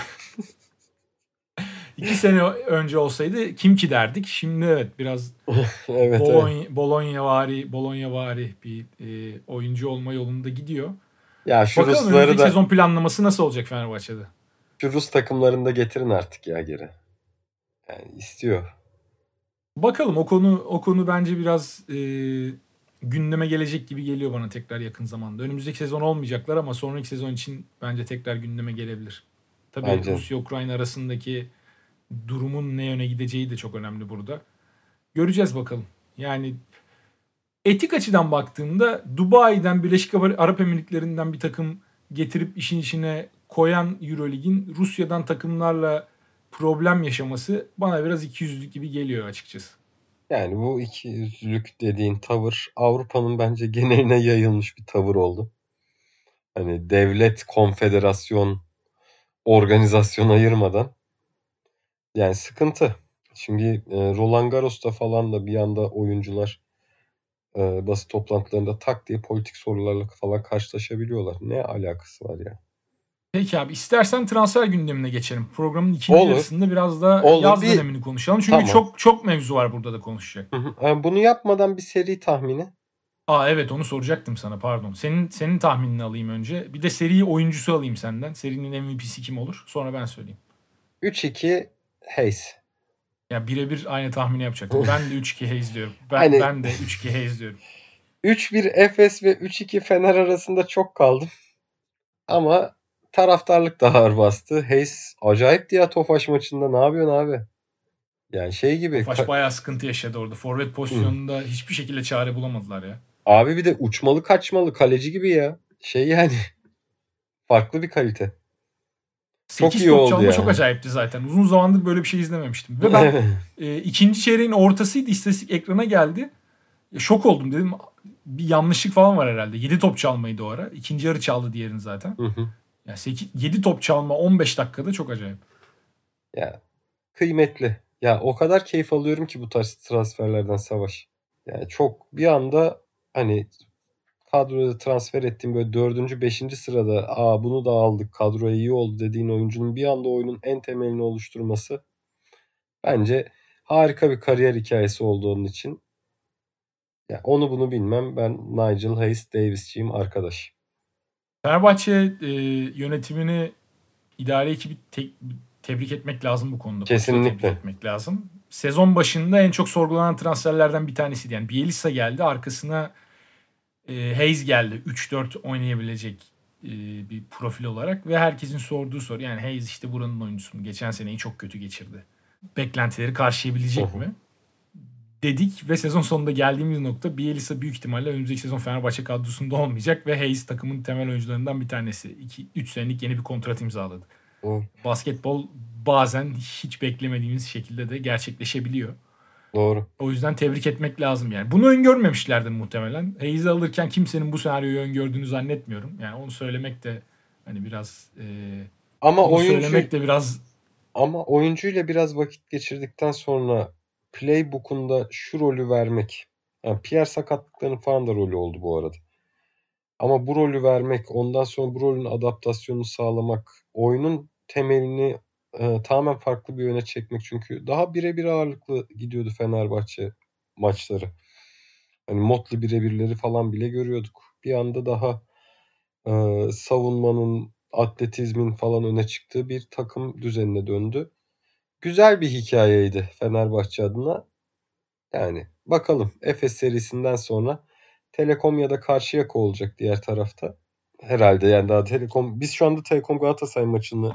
İki sene önce olsaydı kim ki derdik. Şimdi evet biraz evet, Bologna, evet. Bologna-vari, Bologna-vari bir e, oyuncu olma yolunda gidiyor. Ya şu Bakalım Rusları önümüzdeki da, sezon planlaması nasıl olacak Fenerbahçe'de? şu Rus takımlarını da getirin artık ya geri. Yani istiyor. Bakalım, o konu o konu bence biraz e, gündeme gelecek gibi geliyor bana tekrar yakın zamanda. Önümüzdeki sezon olmayacaklar ama sonraki sezon için bence tekrar gündeme gelebilir. Tabii Bence. Rusya-Ukrayna arasındaki durumun ne yöne gideceği de çok önemli burada. Göreceğiz bakalım. Yani etik açıdan baktığımda Dubai'den, Birleşik Arap Emirlikleri'nden bir takım getirip işin içine koyan Eurolig'in Rusya'dan takımlarla problem yaşaması bana biraz ikiyüzlülük gibi geliyor açıkçası. Yani bu ikiyüzlülük dediğin tavır Avrupa'nın bence geneline yayılmış bir tavır oldu. Hani devlet, konfederasyon, organizasyon ayırmadan. Yani sıkıntı. Şimdi e, Roland Garros'ta falan da bir anda oyuncular e, basın toplantılarında tak diye politik sorularla falan karşılaşabiliyorlar. Ne alakası var ya? Peki abi, istersen transfer gündemine geçelim. Programın ikinci Olur. yarısında biraz da Olur. yaz Bir- dönemini konuşalım. Çünkü Tamam. çok çok mevzu var burada da konuşacak. Hı hı. Yani bunu yapmadan bir seri tahmini. Aa evet, onu soracaktım sana, pardon. Senin senin tahminini alayım önce. Bir de seri oyuncusu alayım senden. Serinin M V P'si kim olur? Sonra ben söyleyeyim. üç iki Hayes. Ya birebir aynı tahmini yapacaktım. Ben de üç iki Hayes diyorum. Ben, Hani- ben de üç iki Hayes diyorum. üç bir Efes ve üç iki Fener arasında çok kaldım. Ama taraftarlık da ağır bastı. Hayes acayipti ya Tofaş maçında. Ne yapıyorsun abi? Yani şey gibi. Tofaş ka- bayağı sıkıntı yaşadı orada. Forvet pozisyonunda hiçbir şekilde çare bulamadılar ya. Abi bir de uçmalı kaçmalı kaleci gibi ya. Şey yani. Farklı bir kalite. Çok sekiz iyi top oldu çalma yani. çok acayipti zaten. Uzun zamandır böyle bir şey izlememiştim. Ve ben e, ikinci çeyreğin ortasıydı. İstatistik ekrana geldi. E, şok oldum, dedim. Bir yanlışlık falan var herhalde. yedi top çalmaydı o ara. İkinci yarı çaldı diğerini zaten. Hı hı. Yani sekiz, yedi top çalma on beş dakikada çok acayip. Ya kıymetli. Ya o kadar keyif alıyorum ki bu tarz transferlerden Savaş. Yani çok bir anda hani kadroda transfer ettiğim böyle dördüncü, beşinci sırada aa bunu da aldık, kadroya iyi oldu dediğin oyuncunun bir anda oyunun en temelini oluşturması bence harika bir kariyer hikayesi oldu onun için. Ya onu bunu bilmem, ben Nigel Hayes Davis'ciyim arkadaş. Fenerbahçe e, yönetimini, idare ekibi te- tebrik etmek lazım bu konuda. Koçu da Kesinlikle. tebrik etmek lazım. Sezon başında en çok sorgulanan transferlerden bir tanesiydi. Yani Bielsa geldi, arkasına e, Hayes geldi. üç dört oynayabilecek e, bir profil olarak ve herkesin sorduğu soru, yani Hayes işte buranın oyuncusu mu? Geçen seneyi çok kötü geçirdi. Beklentileri karşılayabilecek Hı hı. mi? Dedik ve sezon sonunda geldiğimiz nokta, Bielsa büyük ihtimalle önümüzdeki sezon Fenerbahçe kadrosunda olmayacak ve Hayes takımın temel oyuncularından bir tanesi. iki üç senelik yeni bir kontrat imzaladı. Hı. Basketbol bazen hiç beklemediğimiz şekilde de gerçekleşebiliyor. Doğru. O yüzden tebrik etmek lazım yani. Bunu öngörmemişlerdi muhtemelen. Hayes'i alırken kimsenin bu senaryoyu öngördüğünü zannetmiyorum. Yani onu söylemek de hani biraz e, Ama onu oyuncu söylemek de biraz ama oyuncuyla biraz vakit geçirdikten sonra playbook'unda şu rolü vermek. Yani Pierre sakatlıklarının falan da rolü oldu bu arada. Ama bu rolü vermek, ondan sonra bu rolün adaptasyonunu sağlamak, oyunun temelini e, tamamen farklı bir yöne çekmek. Çünkü daha birebir ağırlıklı gidiyordu Fenerbahçe maçları. Hani Motley birebirleri falan bile görüyorduk. Bir anda daha e, savunmanın, atletizmin falan öne çıktığı bir takım düzenine döndü. Güzel bir hikayeydi Fenerbahçe adına. Yani bakalım Efes serisinden sonra Telekom ya da Karşıyaka olacak diğer tarafta. Herhalde yani daha Telekom, biz şu anda Telekom Galatasaray maçını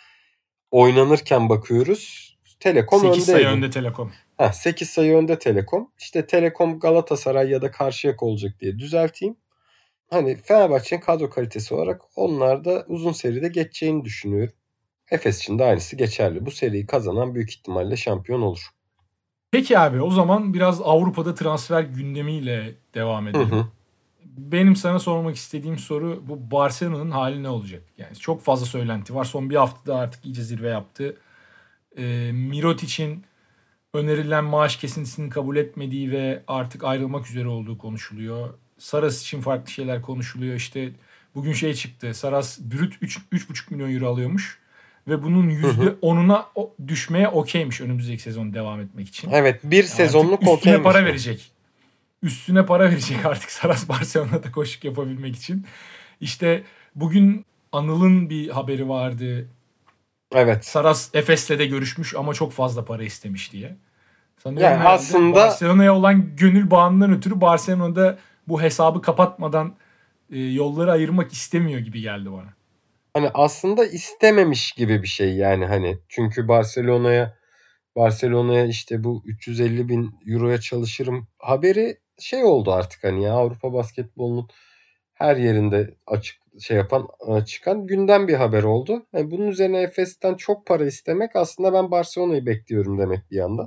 oynanırken bakıyoruz. Telekom sekiz sayı öndeydi. önde Telekom. Ha, sekiz sayı önde Telekom. İşte Telekom Galatasaray ya da Karşıyaka olacak diye düzelteyim. Hani Fenerbahçe'nin kadro kalitesi olarak onlar da uzun seride geçeceğini düşünüyorum. Efes için de aynısı geçerli. Bu seriyi kazanan büyük ihtimalle şampiyon olur. Peki abi, o zaman biraz Avrupa'da transfer gündemiyle devam Hı edelim. hı. Benim sana sormak istediğim soru, bu Barcelona'nın hali ne olacak? Yani çok fazla söylenti var. Son bir haftada artık iyice zirve yaptı. Ee, Mirotic'in önerilen maaş kesintisini kabul etmediği ve artık ayrılmak üzere olduğu konuşuluyor. Saras için farklı şeyler konuşuluyor. İşte bugün şey çıktı. Saras brüt üç buçuk milyon euro alıyormuş. Ve bunun Hı hı. yüzde onuna o- düşmeye okeymiş önümüzdeki sezon devam etmek için. Evet, bir Yani sezonluk artık üstüne okeymiş para bu. verecek. Üstüne para verecek artık Saras Barcelona'da koşuk yapabilmek için. İşte bugün Anıl'ın bir haberi vardı. Evet. Saras Efes'le de görüşmüş ama çok fazla para istemiş diye. Sanıyorum Yani herhalde aslında Barcelona'ya olan gönül bağından ötürü Barcelona'da bu hesabı kapatmadan e, yolları ayırmak istemiyor gibi geldi bana. hani aslında istememiş gibi bir şey yani hani. Çünkü Barcelona'ya Barcelona'ya işte bu üç yüz elli bin euroya çalışırım haberi şey oldu artık hani ya, Avrupa basketbolunun her yerinde açık şey yapan çıkan gündem bir haber oldu. Yani bunun üzerine Efes'ten çok para istemek aslında ben Barcelona'yı bekliyorum demek bir yanda.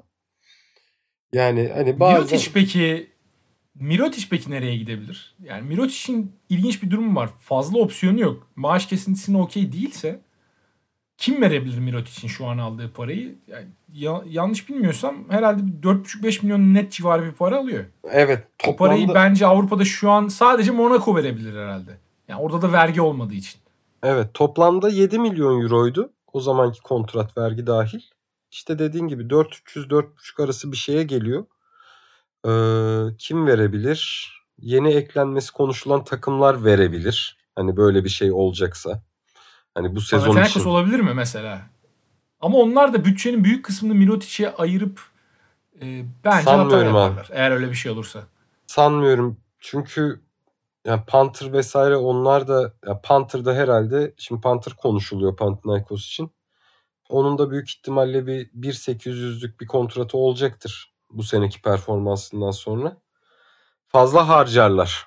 Yani hani bazen Mirotic peki Mirotic peki nereye gidebilir? Yani Mirotic'in ilginç bir durumu var. Fazla opsiyonu yok. Maaş kesintisine okey değilse kim verebilir Mirotic'in şu an aldığı parayı? Yani ya- yanlış bilmiyorsam herhalde dört buçuk beş milyon net civarı bir para alıyor. evet O parayı toplamda bence Avrupa'da şu an sadece Monaco verebilir herhalde. Yani orada da vergi olmadığı için. evet toplamda yedi milyon euroydu. O zamanki kontrat vergi dahil. İşte dediğin gibi dört üç yüz dört buçuk arası bir şeye geliyor. Ee, kim verebilir? Yeni eklenmesi konuşulan takımlar verebilir. Hani böyle bir şey olacaksa. Hani bu sezon Panathinaikos için. olabilir mi mesela? Ama onlar da bütçenin büyük kısmını Mirotic'e ayırıp e, bence hata Sanmıyorum abi. yaparlar. Eğer öyle bir şey olursa. Sanmıyorum. Çünkü yani Panther vesaire onlar da, ya Panther'da herhalde şimdi Panther konuşuluyor Panathinaikos için. Onun da büyük ihtimalle bir bin sekiz yüzlük bir kontratı olacaktır bu seneki performansından sonra. Fazla harcarlar.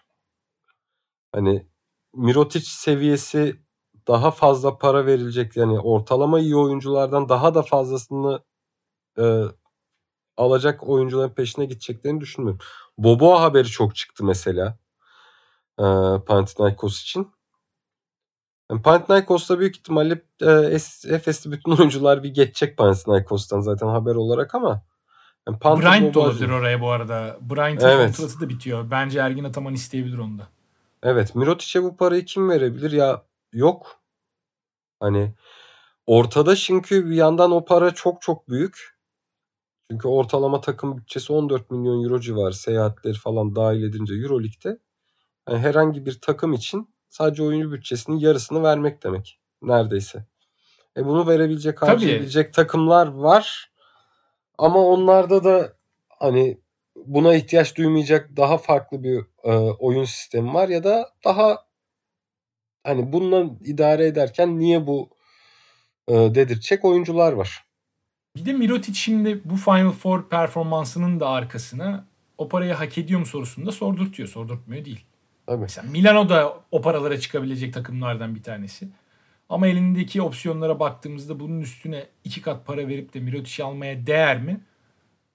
Hani Mirotic seviyesi daha fazla para verilecek, yani ortalama iyi oyunculardan daha da fazlasını e, alacak oyuncuların peşine gideceklerini düşünmüyorum. Boboa haberi çok çıktı mesela e, Panathinaikos için. Yani Panathinaikos'ta büyük ihtimalle e, Efes'te bütün oyuncular bir geçecek Panathinaikos'tan zaten haber olarak ama yani Panther Bryant da olabilir Boboa'cı. oraya bu arada. Bryant'ın Evet. kontratı da bitiyor. Bence Ergin Ataman isteyebilir onu da. Evet. Mirotic'e bu parayı kim verebilir? Ya yok. Hani ortada, çünkü bir yandan o para çok çok büyük. Çünkü ortalama takım bütçesi on dört milyon euro civarı, seyahatleri falan dahil edince Euroleague'de. Yani herhangi bir takım için sadece oyuncu bütçesinin yarısını vermek demek. Neredeyse. E bunu verebilecek, Tabii. harcayabilecek takımlar var. Ama onlarda da hani buna ihtiyaç duymayacak daha farklı bir e, oyun sistemi var ya da daha hani bununla idare ederken niye bu e, dedirtecek oyuncular var. Bir de Mirotic şimdi bu Final Four performansının da arkasına o parayı hak ediyor mu sorusunu da sordurtuyor. Sordurtmuyor değil. Tabii. Mesela Milano da o paralara çıkabilecek takımlardan bir tanesi. Ama elindeki opsiyonlara baktığımızda bunun üstüne iki kat para verip de Mirotic'i almaya değer mi?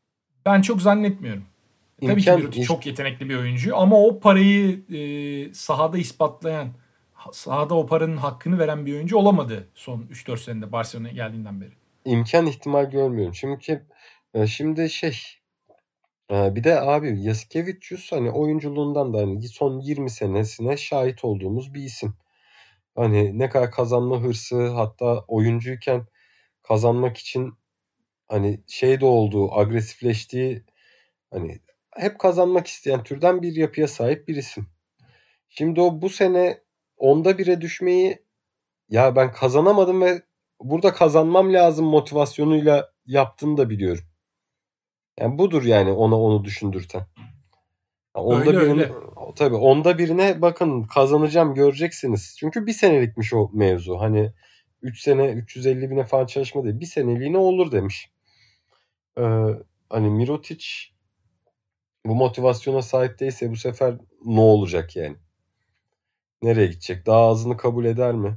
Ben çok zannetmiyorum. Tabii İmkan, ki Mirotic iş- çok yetenekli bir oyuncu ama o parayı e, sahada ispatlayan, ha- sahada o paranın hakkını veren bir oyuncu olamadı son üç dört senede Barcelona'ya geldiğinden beri. imkan ihtimal görmüyorum. Çünkü e, şimdi şey e, bir de abi Yasikevicius hani oyunculuğundan da hani son yirmi senesine şahit olduğumuz bir isim. Hani ne kadar kazanma hırsı, hatta oyuncuyken kazanmak için hani şey de olduğu, agresifleştiği, hani hep kazanmak isteyen türden bir yapıya sahip bir isim. Şimdi o bu sene onda bire düşmeyi, ya ben kazanamadım ve burada kazanmam lazım motivasyonuyla yaptığını da biliyorum. Yani budur yani ona onu düşündürten. Ya onda Öyle birini öyle. tabii onda birine bakın kazanacağım göreceksiniz. Çünkü bir senelikmiş o mevzu. Hani üç sene üç yüz elli bine falan çalışma değil. Bir seneliğine olur demiş. Ee, hani Mirotic bu motivasyona sahip değilse bu sefer ne olacak yani? Nereye gidecek? Daha azını kabul eder mi?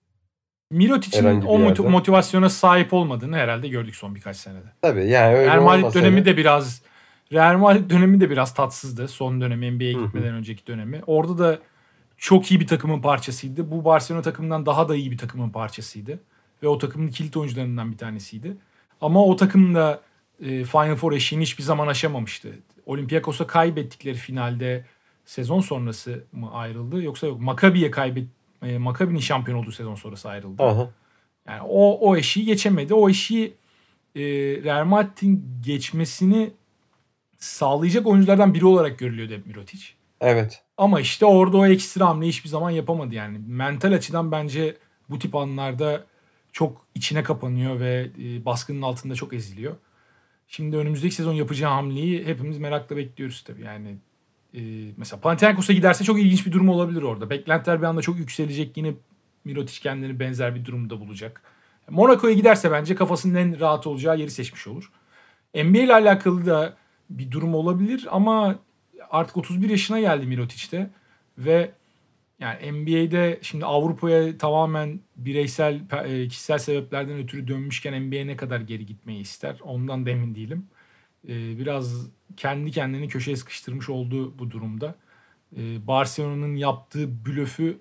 Mirotic'in Herhangi bir o moti- yerde. motivasyona sahip olmadığını herhalde gördük son birkaç senede. Tabii yani öyle Real Madrid dönemi olmasaydı. de biraz Real Madrid dönemi de biraz tatsızdı. Son dönemi N B A'ye Hı hı. gitmeden önceki dönemi. Orada da çok iyi bir takımın parçasıydı. Bu Barcelona takımından daha da iyi bir takımın parçasıydı. Ve o takımın kilit oyuncularından bir tanesiydi. Ama o takım da e, Final Four eşiğini hiçbir zaman aşamamıştı. Olympiakos'a kaybettikleri finalde sezon sonrası mı ayrıldı yoksa yok Maccabi'ye kaybet e, Maccabi'nin şampiyon olduğu sezon sonrası ayrıldı. Aha. Yani o o eşiği geçemedi. O eşiği e, Real Madrid'in geçmesini sağlayacak oyunculardan biri olarak görülüyor Dep Mirotic. Evet. Ama işte orada o ekstra hamle hiçbir zaman yapamadı yani. Mental açıdan bence bu tip anlarda çok içine kapanıyor ve e, baskının altında çok eziliyor. Şimdi önümüzdeki sezon yapacağı hamleyi hepimiz merakla bekliyoruz tabii. Yani e, mesela Panathinaikos'a giderse çok ilginç bir durum olabilir orada. Beklentiler bir anda çok yükselecek. Yine Mirotic kendini benzer bir durumda bulacak. Monaco'ya giderse bence kafasının en rahat olacağı yeri seçmiş olur. N B A ile alakalı da bir durum olabilir ama artık otuz bir yaşına geldi Mirotic de ve yani N B A'de şimdi Avrupa'ya tamamen bireysel e, kişisel sebeplerden ötürü dönmüşken N B A'ye ne kadar geri gitmeyi ister ondan da emin değilim. E, Biraz kendi kendini köşeye sıkıştırmış oldu bu durumda. E, Barcelona'nın yaptığı blöfü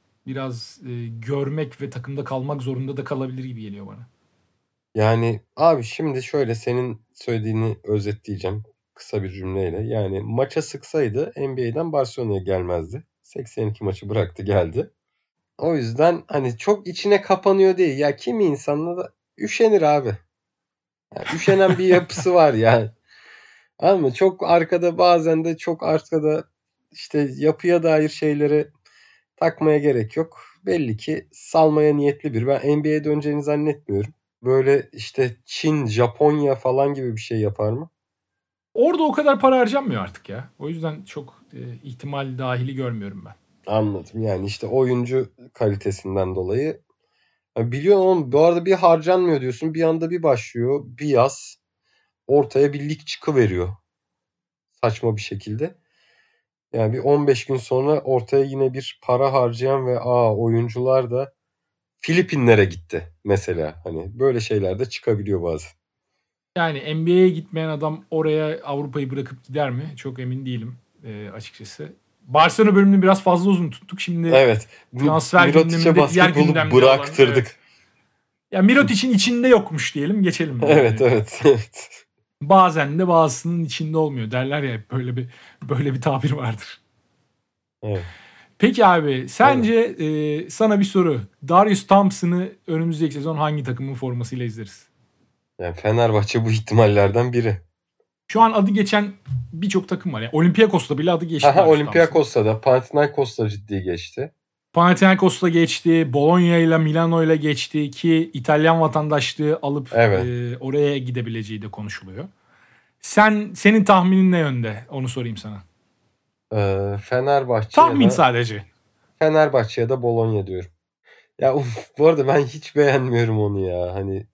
biraz e, görmek ve takımda kalmak zorunda da kalabilir gibi geliyor bana. Yani abi şimdi şöyle senin söylediğini özetleyeceğim kısa bir cümleyle. Yani maça sıksaydı N B A'den Barcelona'ya gelmezdi. seksen iki maçı bıraktı geldi. O yüzden hani çok içine kapanıyor değil. Ya kimi insanla da üşenir abi. Yani üşenen bir yapısı var yani. Ama çok arkada bazen de çok arkada işte yapıya dair şeyleri takmaya gerek yok. Belli ki salmaya niyetli bir. Ben N B A'ye döneceğini zannetmiyorum. Böyle işte Çin, Japonya falan gibi bir şey yapar mı? Orada o kadar para harcanmıyor artık ya. O yüzden çok e, ihtimal dahili görmüyorum ben. Anladım. Yani işte oyuncu kalitesinden dolayı. Ya biliyorum ama bu arada bir harcanmıyor diyorsun. Bir anda bir başlıyor. Bir yaz ortaya bir lig çıkıveriyor. Saçma bir şekilde. Yani bir on beş gün sonra ortaya yine bir para harcayan ve aa oyuncular da Filipinlere gitti mesela. Hani böyle şeyler de çıkabiliyor bazen. Yani N B A'ye gitmeyen adam oraya Avrupa'yı bırakıp gider mi? Çok emin değilim e, açıkçası. Barcelona bölümünü biraz fazla uzun tuttuk. Şimdi Evet. transfer Mirotic'e gündeminde diğer basketbolu gündemde olan evet. bıraktırdık. Ya Mirotic'in içinde yokmuş diyelim geçelim Evet, yani. evet, evet. Bazen de bazısının içinde olmuyor derler ya böyle bir böyle bir tabir vardır. Evet. Peki abi Tabii. sence e, sana bir soru. Darius Thompson'ı önümüzdeki sezon hangi takımın formasıyla izleriz? Yani Fenerbahçe bu ihtimallerden biri. Şu an adı geçen birçok takım var. Yani Olympiakos'ta bile adı geçti Aha Darius Thompson. Olympiakos'ta da Panathinaikos'ta ciddi geçti. Panathinaikos'la geçti, Bologna ile Milano ile geçti ki İtalyan vatandaşlığı alıp Evet. e, oraya gidebileceği de konuşuluyor. Sen senin tahminin ne yönde? Onu sorayım sana. Ee, Fenerbahçe ya Tahmin da sadece. Fenerbahçe ya da Bologna diyorum. Ya uf, bu arada ben hiç beğenmiyorum onu ya. Hani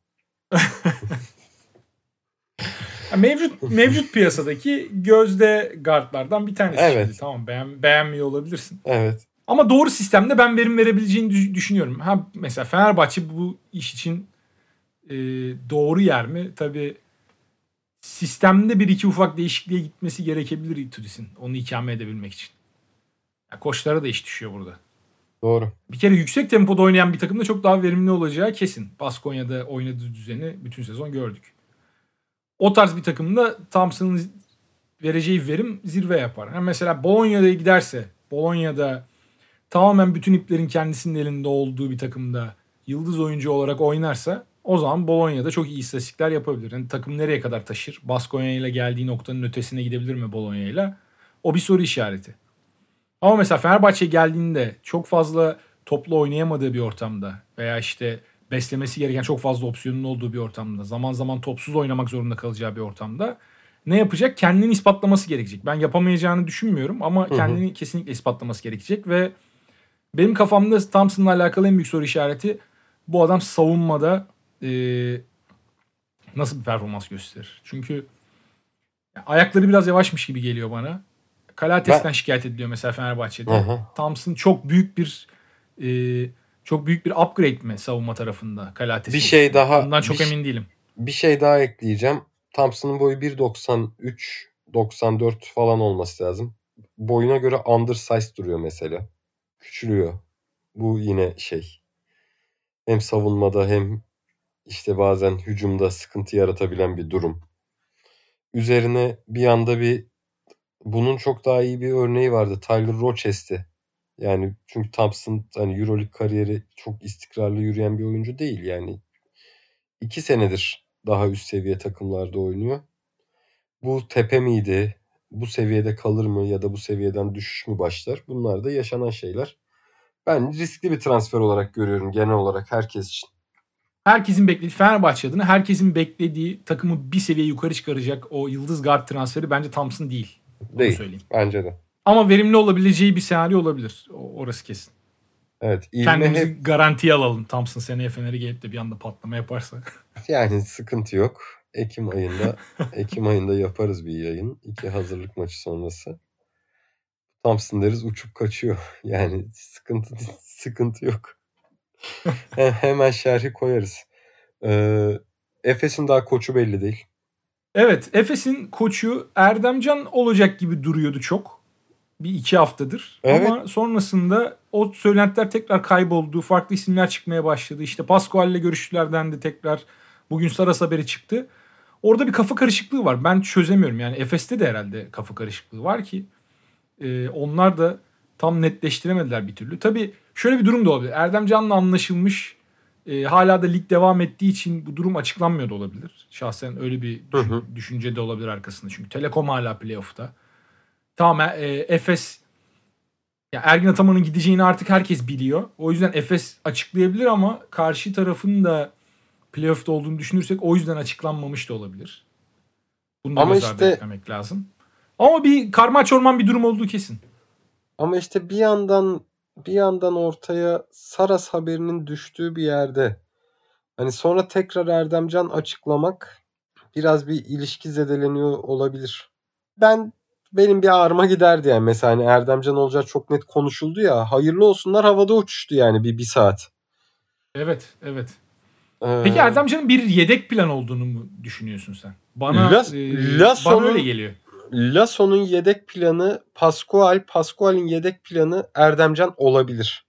Ya mevcut mevcut piyasadaki gözde guardlardan bir tanesi şimdi. evet. Tamam beğen, beğenmiyor olabilirsin. Evet. Ama doğru sistemde ben verim verebileceğini düş- düşünüyorum. Ha mesela Fenerbahçe bu iş için e, doğru yer mi? Tabii sistemde bir iki ufak değişikliğe gitmesi gerekebilir Ituris'in. Onu ikame edebilmek için. Yani koçlara da iş düşüyor burada. Doğru. Bir kere yüksek tempoda oynayan bir takımda çok daha verimli olacağı kesin. Baskonya'da oynadığı düzeni bütün sezon gördük. O tarz bir takımda Thompson'ın vereceği verim zirve yapar. Yani mesela Bologna'ya giderse, Bologna'da tamamen bütün iplerin kendisinin elinde olduğu bir takımda yıldız oyuncu olarak oynarsa o zaman Bologna'da çok iyi istatistikler yapabilir. Yani takım nereye kadar taşır? Baskonya ile geldiği noktanın ötesine gidebilir mi Bologna ile? O bir soru işareti. Ama mesela Fenerbahçe geldiğinde çok fazla toplu oynayamadığı bir ortamda veya işte beslemesi gereken çok fazla opsiyonun olduğu bir ortamda, zaman zaman topsuz oynamak zorunda kalacağı bir ortamda ne yapacak? Kendini ispatlaması gerekecek. Ben yapamayacağını düşünmüyorum ama Hı hı. kendini kesinlikle ispatlaması gerekecek ve benim kafamda Thompson'la alakalı en büyük soru işareti bu adam savunmada e, nasıl bir performans gösterir? Çünkü ayakları biraz yavaşmış gibi geliyor bana. Kalates'ten Ben... şikayet ediliyor mesela Fenerbahçe'de. Hı hı. Thompson çok büyük bir e, çok büyük bir upgrade mi savunma tarafında Kalates'in? Bir şey daha Bundan çok bir, emin değilim. Bir şey daha ekleyeceğim. Thompson'ın boyu bir doksan üç doksan dört falan olması lazım. Boyuna göre undersized duruyor mesela. Küçülüyor. Bu yine şey. Hem savunmada hem işte bazen hücumda sıkıntı yaratabilen bir durum. Üzerine bir anda bir bunun çok daha iyi bir örneği vardı. Tyler Rochester. Yani çünkü Thompson hani EuroLeague kariyeri çok istikrarlı yürüyen bir oyuncu değil. Yani iki senedir daha üst seviye takımlarda oynuyor. Bu tepe miydi? Bu seviyede kalır mı ya da bu seviyeden düşüş mü başlar? Bunlar da yaşanan şeyler. Ben riskli bir transfer olarak görüyorum genel olarak herkes için. Herkesin beklediği Fenerbahçe adına herkesin beklediği takımı bir seviye yukarı çıkaracak o yıldız guard transferi bence Thompson değil. Onu Değil. söyleyeyim. Bence de. Ama verimli olabileceği bir senaryo olabilir. O, orası kesin. Evet. Kendimizi hep... garantiye alalım. Thompson seneye Fener'e gelip de bir anda patlama yaparsa. Yani sıkıntı yok. Ekim ayında Ekim ayında yaparız bir yayın. İki hazırlık maçı sonrası. Thompson deriz uçup kaçıyor. Yani sıkıntı sıkıntı yok. Hemen şerhi koyarız. Ee, Efes'in daha koçu belli değil. Evet, Efes'in koçu Erdemcan olacak gibi duruyordu çok. Bir iki haftadır. Evet. Ama sonrasında o söylentiler tekrar kayboldu. Farklı isimler çıkmaya başladı. İşte Pascual'le görüştüler dendi tekrar. Bugün Saras haberi çıktı. Orada bir kafa karışıklığı var. Ben çözemiyorum. Yani Efes'te de herhalde kafa karışıklığı var ki. E, onlar da tam netleştiremediler bir türlü. Tabii şöyle bir durum da olabilir. Erdemcan'la anlaşılmış, e, hala da lig devam ettiği için bu durum açıklanmıyor da olabilir. Şahsen öyle bir düşün, Hı hı. düşünce de olabilir arkasında. Çünkü Telekom hala playoff'ta. Tamam, e, Efes ya Ergin Ataman'ın gideceğini artık herkes biliyor. O yüzden Efes açıklayabilir ama karşı tarafın da playoff'ta olduğunu düşünürsek o yüzden açıklanmamış da olabilir. Bunu da Ama göz ardı işte etmemek lazım. Ama bir karma çorman bir durum olduğu kesin. ama işte bir yandan bir yandan ortaya Saras haberinin düştüğü bir yerde hani sonra tekrar Erdemcan açıklamak biraz bir ilişki zedeleniyor olabilir. Ben benim bir ağrıma giderdi yani mesela hani Erdemcan olacağı çok net konuşuldu ya, hayırlı olsunlar havada uçuştu yani bir bir saat. Evet, evet. Ee, Peki Erdemcan'ın bir yedek plan olduğunu mu düşünüyorsun sen? Bana Las, e, bana öyle Lasso'nun geliyor. Lasso'nun yedek planı Pascual, Pascual'in yedek planı Erdemcan olabilir.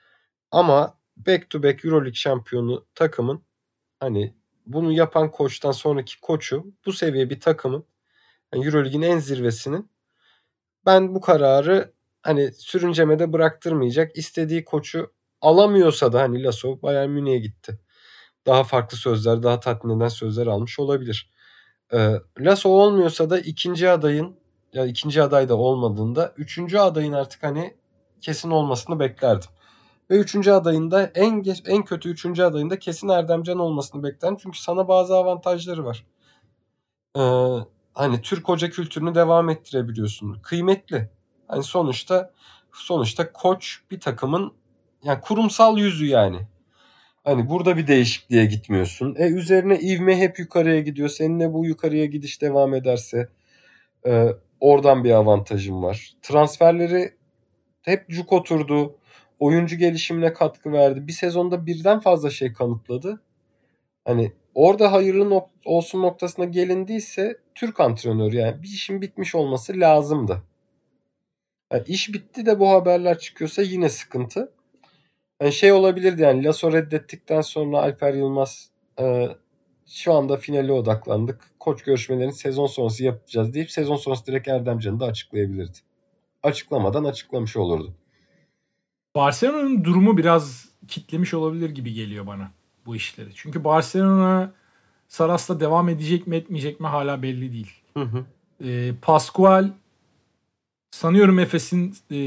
Ama back to back EuroLeague şampiyonu takımın hani bunu yapan koçtan sonraki koçu bu seviye bir takımın yani EuroLeague'in en zirvesinin ben bu kararı hani sürüncemede bıraktırmayacak. İstediği koçu alamıyorsa da hani Lasso Bayern Münih'e gitti. Daha farklı sözler, daha tatmin eden sözler almış olabilir. Ee, Lasso olmuyorsa da ikinci adayın ya ikinci aday da olmadığında üçüncü adayın artık hani kesin olmasını beklerdim. Ve üçüncü adayında en geç, en kötü üçüncü adayında kesin Erdemcan olmasını beklerdim. Çünkü sana bazı avantajları var. Ee, hani Türk hoca kültürünü devam ettirebiliyorsun. Kıymetli. Hani sonuçta sonuçta koç bir takımın yani kurumsal yüzü yani. Hani burada bir değişikliğe gitmiyorsun. E üzerine ivme hep yukarıya gidiyor. Seninle bu yukarıya gidiş devam ederse e, oradan bir avantajım var. Transferleri hep cuk oturdu. Oyuncu gelişimine katkı verdi. Bir sezonda birden fazla şey kanıtladı. Hani orada hayırlı nok- olsun noktasına gelindiyse Türk antrenör, yani bir işin bitmiş olması lazımdı. Yani iş bitti de bu haberler çıkıyorsa yine sıkıntı. Yani şey olabilirdi, yani Lasso reddettikten sonra Alper Yılmaz e, şu anda finale odaklandık, koç görüşmelerini sezon sonrası yapacağız deyip sezon sonrası direkt Erdem Can'ı da açıklayabilirdi. Açıklamadan açıklamış olurdu. Barcelona'nın durumu biraz kitlemiş olabilir gibi geliyor bana bu işleri. Çünkü Barcelona Saras'la devam edecek mi etmeyecek mi hala belli değil. Hı hı. Ee, Pascual sanıyorum Efes'in e,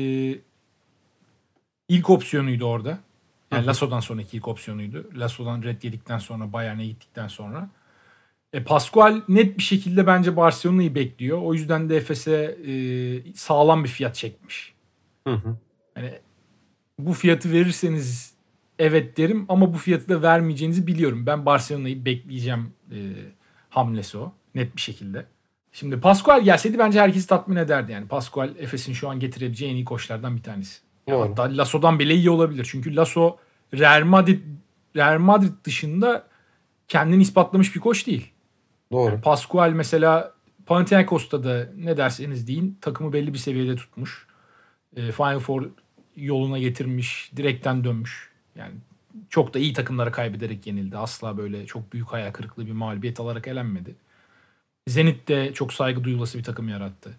ilk opsiyonuydu orada. Yani Hı hı. Lasso'dan sonraki ilk opsiyonuydu. Lasso'dan red yedikten sonra, Bayern'e gittikten sonra. E, Pascual net bir şekilde bence Barcelona'yı bekliyor. O yüzden de Efes'e e, sağlam bir fiyat çekmiş. Hı hı. Yani bu fiyatı verirseniz evet derim ama bu fiyatı da vermeyeceğinizi biliyorum. Ben Barcelona'yı bekleyeceğim e, hamlesi o. Net bir şekilde. Şimdi Pascual gelseydi bence herkesi tatmin ederdi. Yani Pascual Efes'in şu an getirebileceği en iyi koçlardan bir tanesi. Ya Doğru. hatta Lasso'dan bile iyi olabilir. Çünkü Lasso Real Madrid Real Madrid dışında kendini ispatlamış bir koç değil. Doğru. Yani Pascual mesela Panathinaikos'ta da ne derseniz deyin takımı belli bir seviyede tutmuş. E, Final Four yoluna getirmiş. Direkten dönmüş. Yani çok da iyi takımlara kaybederek yenildi. Asla böyle çok büyük hayal kırıklığı bir mağlubiyet alarak elenmedi. Zenit de çok saygı duyulası bir takım yarattı.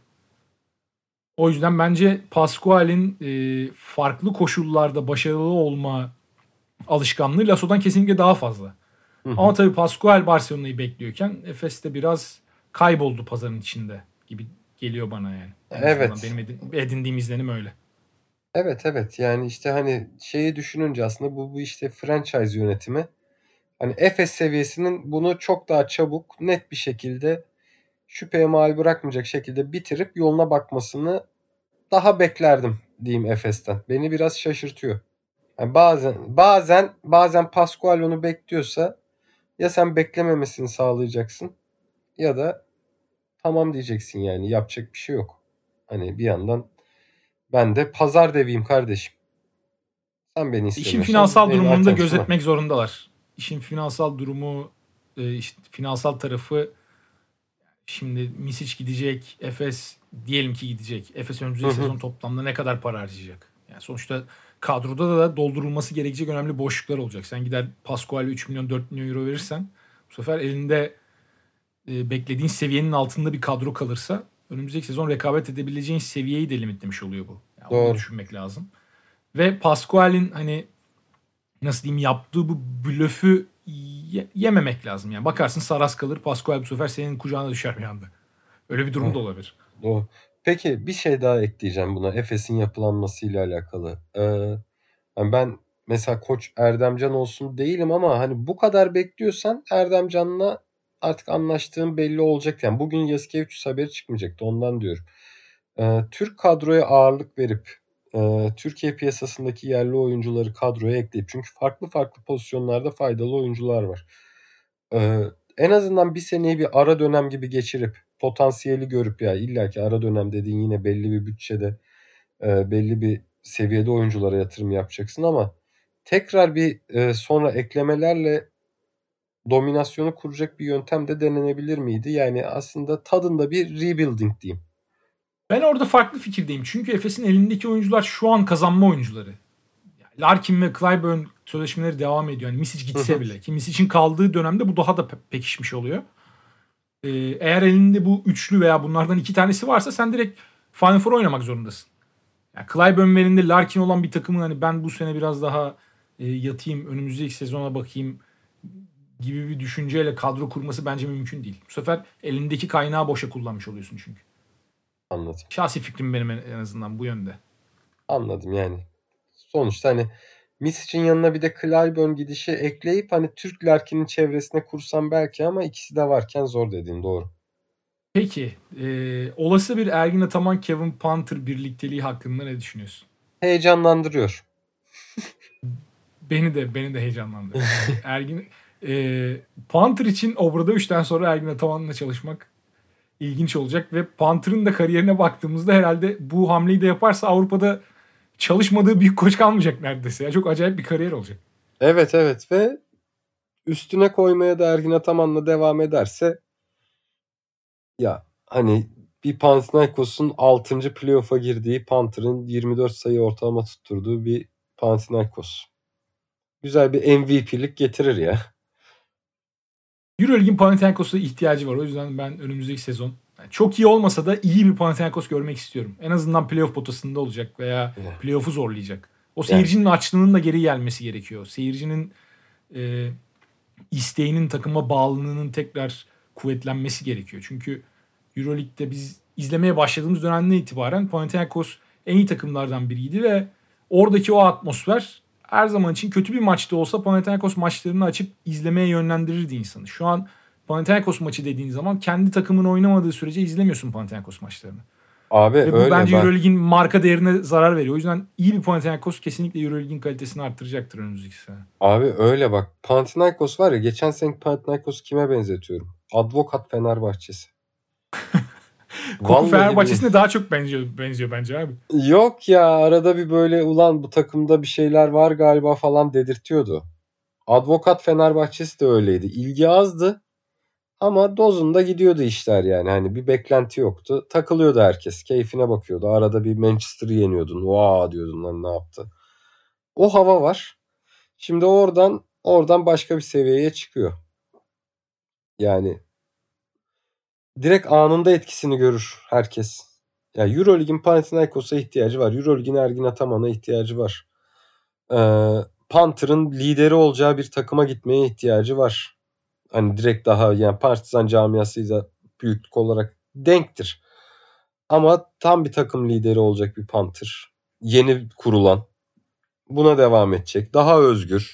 O yüzden bence Pascual'in e, farklı koşullarda başarılı olma alışkanlığı Lasso'dan kesinlikle daha fazla. Hı hı. Ama tabii Pascual Barcelona'yı bekliyorken Efes de biraz kayboldu pazarın içinde gibi geliyor bana yani. En Evet. azından benim edin- edindiğim izlenim öyle. Evet evet, yani işte hani şeyi düşününce aslında bu, bu işte franchise yönetimi, hani Efes seviyesinin bunu çok daha çabuk, net bir şekilde, şüpheye mal bırakmayacak şekilde bitirip yoluna bakmasını daha beklerdim diyeyim Efes'ten. Beni biraz şaşırtıyor. Yani bazen bazen bazen Pascual onu bekliyorsa ya sen beklememesini sağlayacaksın ya da tamam diyeceksin, yani yapacak bir şey yok. Hani bir yandan ben de pazar deviyim kardeşim. Sen beni İşin istemiyorsan finansal benim durumunu da alternatifim var. gözetmek zorundalar. İşin finansal durumu, e, işte finansal tarafı şimdi Misic gidecek, Efes diyelim ki gidecek. Efes Hı önümüzdeki hı. sezon toplamda ne kadar para harcayacak? Yani sonuçta kadroda da doldurulması gerekecek önemli boşluklar olacak. Sen gider Pascual'e üç milyon dört milyon euro verirsen bu sefer elinde e, beklediğin seviyenin altında bir kadro kalırsa önümüzdeki sezon rekabet edebileceğin seviyeyi de limitlemiş oluyor bu. Yani onu da Doğru. düşünmek lazım. Ve Pascual'in hani nasıl diyeyim yaptığı bu blöfü ye- yememek lazım. Yani bakarsın Saras kalır, Pascual bu sefer senin kucağına düşer bir anda. Öyle bir durum Heh, da olabilir. doğru. Peki bir şey daha ekleyeceğim buna Efes'in yapılanmasıyla alakalı. Ee, yani ben mesela koç Erdemcan olsun değilim ama hani bu kadar bekliyorsan Erdemcan'la artık anlaştığın belli olacak. Yani bugün Yasikevicius haberi çıkmayacaktı, ondan diyorum. Ee, Türk kadroya ağırlık verip e, Türkiye piyasasındaki yerli oyuncuları kadroya ekleyip, çünkü farklı farklı pozisyonlarda faydalı oyuncular var. Ee, en azından bir seneyi bir ara dönem gibi geçirip potansiyeli görüp, ya illaki ara dönem dediğin yine belli bir bütçede e, belli bir seviyede oyunculara yatırım yapacaksın ama tekrar bir e, sonra eklemelerle dominasyonu kuracak bir yöntem de denenebilir miydi? Yani aslında tadında bir rebuilding diyeyim. Ben orada farklı fikirdeyim. Çünkü Efes'in elindeki oyuncular şu an kazanma oyuncuları. Yani Larkin ve Clyburn sözleşmeleri devam ediyor. Yani Misic Hı gitse hı. bile. Ki Misic'in kaldığı dönemde bu daha da pe- pekişmiş oluyor. Ee, eğer elinde bu üçlü veya bunlardan iki tanesi varsa sen direkt Final Four oynamak zorundasın. Yani Clyburn ve elinde Larkin olan bir takımın hani ben bu sene biraz daha e, yatayım, önümüzdeki sezona bakayım gibi bir düşünceyle kadro kurması bence mümkün değil. Bu sefer elindeki kaynağı boşa kullanmış oluyorsun çünkü. Anladım. Şahsi fikrim benim en azından bu yönde. Anladım yani. Sonuçta hani Misic'in yanına bir de Clyburn gidişi ekleyip hani Türk Larkin'in çevresine kursam belki, ama ikisi de varken zor dediğin doğru. Peki, e, olası bir Ergin Ataman Kevin Panther birlikteliği hakkında ne düşünüyorsun? Heyecanlandırıyor. Beni de beni de heyecanlandırıyor. Yani Ergin e, Panther için Obradoviç'ten sonra Ergin Ataman'la çalışmak ilginç olacak ve Panther'ın da kariyerine baktığımızda herhalde bu hamleyi de yaparsa Avrupa'da çalışmadığı büyük koç kalmayacak neredeyse. Ya çok acayip bir kariyer olacak. Evet evet, ve üstüne koymaya da Ergin Ataman'la devam ederse ya hani bir Panathinaikos'un altıncı playoff'a girdiği, Panther'ın yirmi dört sayı ortalama tutturduğu bir Panathinaikos. Güzel bir M V P'lik getirir ya. EuroLeague'in Panathinaikos'a ihtiyacı var. O yüzden ben önümüzdeki sezon yani çok iyi olmasa da iyi bir Panathinaikos görmek istiyorum. En azından playoff potasında olacak veya Yeah. playoff'u zorlayacak. O Yani seyircinin açlığının da geri gelmesi gerekiyor. Seyircinin e, isteğinin, takıma bağlılığının tekrar kuvvetlenmesi gerekiyor. Çünkü EuroLeague'de biz izlemeye başladığımız dönemden itibaren Panathinaikos en iyi takımlardan biriydi ve oradaki o atmosfer her zaman için kötü bir maçta olsa Panathinaikos maçlarını açıp izlemeye yönlendirirdi insanı. Şu an Panathinaikos maçı dediğin zaman kendi takımın oynamadığı sürece izlemiyorsun Panathinaikos maçlarını. abi Ve bu öyle bence ben EuroLeague'in marka değerine zarar veriyor. O yüzden iyi bir Panathinaikos kesinlikle EuroLeague'in kalitesini arttıracaktır önümüzdeki sene. abi öyle bak Panathinaikos var ya, geçen seneki Panathinaikos'u kime benzetiyorum? Advokat Fenerbahçesi. Koku Vallahi Fenerbahçe'sine daha çok benziyor, benziyor bence abi. yok ya, arada bir böyle ulan bu takımda bir şeyler var galiba falan dedirtiyordu. Advokat Fenerbahçesi de öyleydi. İlgi azdı ama dozunda gidiyordu işler yani. Hani bir beklenti yoktu. Takılıyordu herkes. Keyfine bakıyordu. Arada bir Manchester'ı yeniyordun. Vaa diyordun lan, ne yaptı? O hava var. Şimdi oradan oradan başka bir seviyeye çıkıyor. Yani direkt anında etkisini görür herkes. Ya EuroLeague'in Panathinaikos'a ihtiyacı var. EuroLeague'in Ergin Ataman'a ihtiyacı var. Ee, Panther'ın lideri olacağı bir takıma gitmeye ihtiyacı var. Hani direkt daha yani Partizan camiasıyla büyüklük olarak denktir. Ama tam bir takım lideri olacak bir Panther. Yeni kurulan. Buna devam edecek. Daha özgür.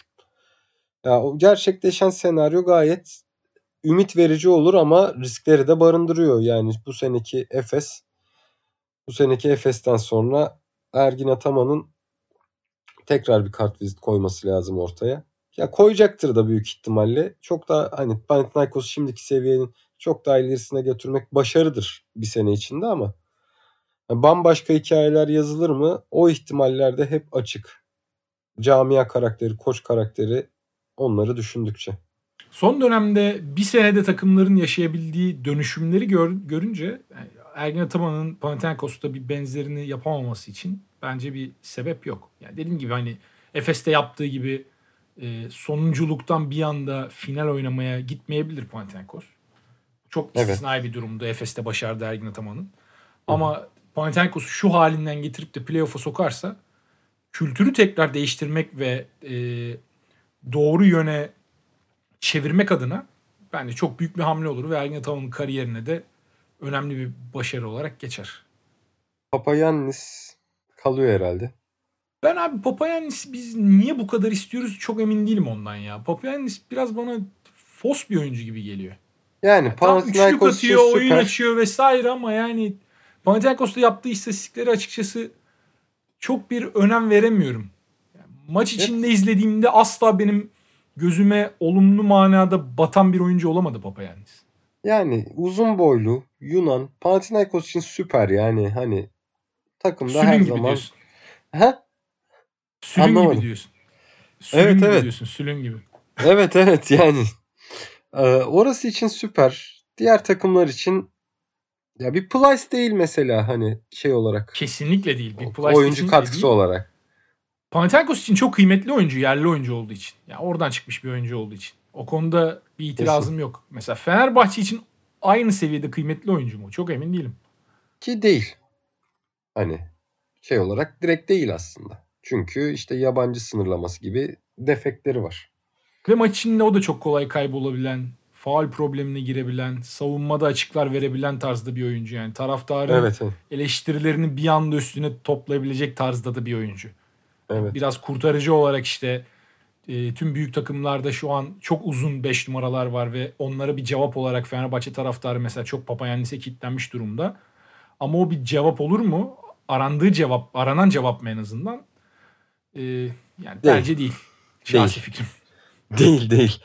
Ya o gerçekleşen senaryo gayet ümit verici olur ama riskleri de barındırıyor. Yani bu seneki Efes, bu seneki Efes'ten sonra Ergin Ataman'ın tekrar bir kartvizit koyması lazım ortaya. Ya koyacaktır da büyük ihtimalle. Çok da hani Panathinaikos'u şimdiki seviyenin çok daha ilerisine götürmek başarıdır bir sene içinde ama bambaşka hikayeler yazılır mı? O ihtimaller de hep açık. Camia karakteri, koç karakteri, onları düşündükçe. Son dönemde bir senede takımların yaşayabildiği dönüşümleri gör, görünce yani Ergin Ataman'ın Panathinaikos'ta bir benzerini yapamaması için bence bir sebep yok. Yani dediğim gibi hani Efes'te yaptığı gibi e, sonunculuktan bir anda final oynamaya gitmeyebilir Panathinaikos. Çok Evet. istisnai bir durumdu Efes'te başardı Ergin Ataman'ın. Hı hı. Ama Panathinaikos'u şu halinden getirip de playoff'a sokarsa kültürü tekrar değiştirmek ve e, doğru yöne çevirmek adına bence çok büyük bir hamle olur ve Ergin Ataman'ın kariyerine de önemli bir başarı olarak geçer. Papayannis kalıyor herhalde. Ben abi Papayannis biz niye bu kadar istiyoruz çok emin değilim ondan ya. Papayannis biraz bana fos bir oyuncu gibi geliyor. Yani Yani tam üçlük Panathinaikos için atıyor, oyun süper. açıyor vesaire ama yani Panathinaikos'ta yaptığı istatistikleri açıkçası çok bir önem veremiyorum. Yani maç içinde izlediğimde asla benim gözüme olumlu manada batan bir oyuncu olamadı Papayannis. Yani uzun boylu Yunan, Panathinaikos için süper yani, hani takımda Sülün her gibi zaman. diyorsun. Ha? Sülün gibi Anlamadım. diyorsun. Sülün Evet gibi evet. diyorsun. Sülün gibi. Evet evet yani. Ee, orası için süper. Diğer takımlar için ya bir Plyce değil mesela, hani şey olarak. Kesinlikle değil. Bir Plyce Oyuncu kesinlikle katkısı değil. olarak. Panathinaikos için çok kıymetli oyuncu. Yerli oyuncu olduğu için. Yani oradan çıkmış bir oyuncu olduğu için. O konuda bir itirazım Kesin. yok. Mesela Fenerbahçe için aynı seviyede kıymetli oyuncu mu? Çok emin değilim. Ki değil. Hani şey olarak direkt değil aslında. Çünkü işte yabancı sınırlaması gibi defektleri var. Ve maç içinde o da çok kolay kaybolabilen, faul problemine girebilen, savunmada açıklar verebilen tarzda bir oyuncu. Yani taraftarın Evet evet. eleştirilerini bir anda üstüne toplayabilecek tarzda da bir oyuncu. Evet. Biraz kurtarıcı olarak işte e, tüm büyük takımlarda şu an çok uzun beş numaralar var ve onlara bir cevap olarak Fenerbahçe taraftarı mesela çok Papayannis'e kilitlenmiş durumda. Ama o bir cevap olur mu? Arandığı cevap, aranan cevap mı en azından? E, yani Değil. bence değil. Şahsi Değil. fikrim. Değil değil.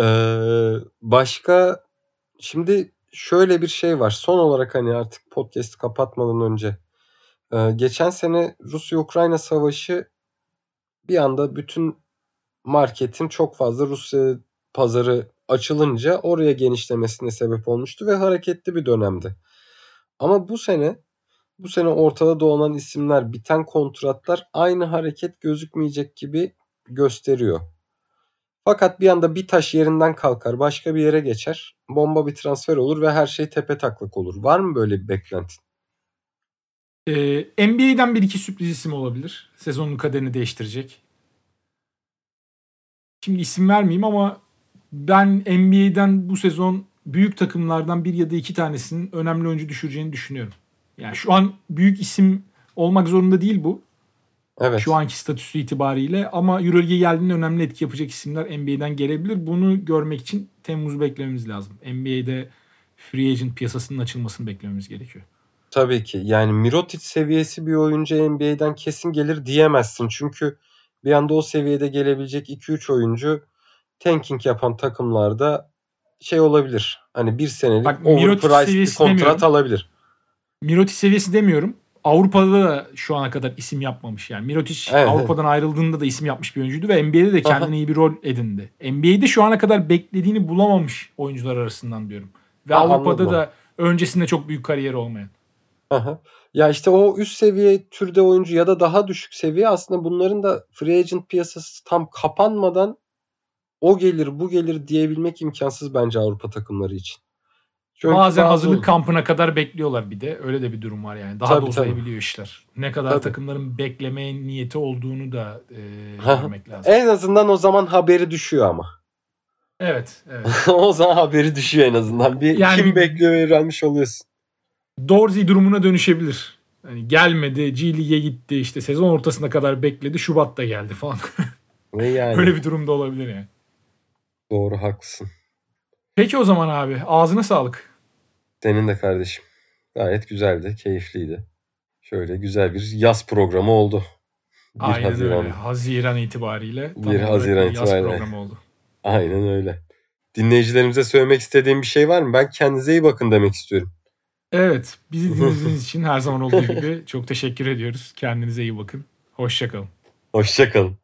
Ee, başka şimdi şöyle bir şey var. Son olarak hani artık podcast'ı kapatmadan önce. Ee, geçen sene Rusya-Ukrayna savaşı bir anda bütün marketin çok fazla Rusya pazarı açılınca oraya genişlemesine sebep olmuştu ve hareketli bir dönemdi. Ama bu sene bu sene ortada dolanan isimler, biten kontratlar aynı hareket gözükmeyecek gibi gösteriyor. Fakat bir anda bir taş yerinden kalkar, başka bir yere geçer, bomba bir transfer olur ve her şey tepetaklak olur. Var mı böyle bir beklentin? Ee, N B A'den bir iki sürpriz isim olabilir. Sezonun kaderini değiştirecek. Şimdi isim vermeyeyim ama ben N B A'den bu sezon büyük takımlardan bir ya da iki tanesinin önemli oyuncu düşüreceğini düşünüyorum. Yani şu an büyük isim olmak zorunda değil bu. Evet. Şu anki statüsü itibariyle, ama Euroleague'e geldiğinde önemli etki yapacak isimler N B A'den gelebilir. Bunu görmek için Temmuz'u beklememiz lazım. N B A'de free agent piyasasının açılmasını beklememiz gerekiyor. Tabii ki. Yani Mirotic seviyesi bir oyuncu N B A'den kesin gelir diyemezsin. Çünkü bir anda o seviyede gelebilecek iki üç oyuncu tanking yapan takımlarda şey olabilir. Hani bir senelik Bak, Mirotic overpriced bir seviyesi kontrat demiyorum. alabilir. Mirotic seviyesi demiyorum. Avrupa'da da şu ana kadar isim yapmamış yani. Mirotic Evet, Avrupa'dan ayrıldığında da isim yapmış bir oyuncuydu ve N B A'de de kendine Aha. iyi bir rol edindi. N B A'de şu ana kadar beklediğini bulamamış oyuncular arasından diyorum. Ve Ha, Avrupa'da anladım. da öncesinde çok büyük kariyeri olmayan. Aha. Ya işte o üst seviye türde oyuncu ya da daha düşük seviye, aslında bunların da free agent piyasası tam kapanmadan o gelir bu gelir diyebilmek imkansız bence Avrupa takımları için. Çünkü Bazen bazı hazırlık kampına kadar bekliyorlar bir de. Öyle de bir durum var yani. Daha Tabii, da tabii. uzayabiliyor işler. Ne kadar Tabii. takımların beklemeye niyeti olduğunu da e, Aha. görmek lazım. En azından o zaman haberi düşüyor ama. Evet, evet. O zaman haberi düşüyor en azından. Bir Yani kim bir- bekliyor öğrenmiş oluyorsun. Dorsey durumuna dönüşebilir. Hani gelmedi, G League'e gitti, işte sezon ortasına kadar bekledi, Şubat'ta geldi falan. Ve yani Öyle bir durumda olabilir yani. doğru, haklısın. Peki o zaman abi, ağzına sağlık. Senin de kardeşim. Gayet güzeldi, keyifliydi. Şöyle güzel bir yaz programı oldu. bir Aynen Haziran. öyle. Haziran itibariyle tam bir olarak Haziran bir yaz itibariyle. programı oldu. Aynen öyle. Dinleyicilerimize söylemek istediğim bir şey var mı? Ben kendinize iyi bakın demek istiyorum. Evet, bizi dinlediğiniz için her zaman olduğu gibi çok teşekkür ediyoruz. Kendinize iyi bakın. Hoşça kalın. Hoşça kalın.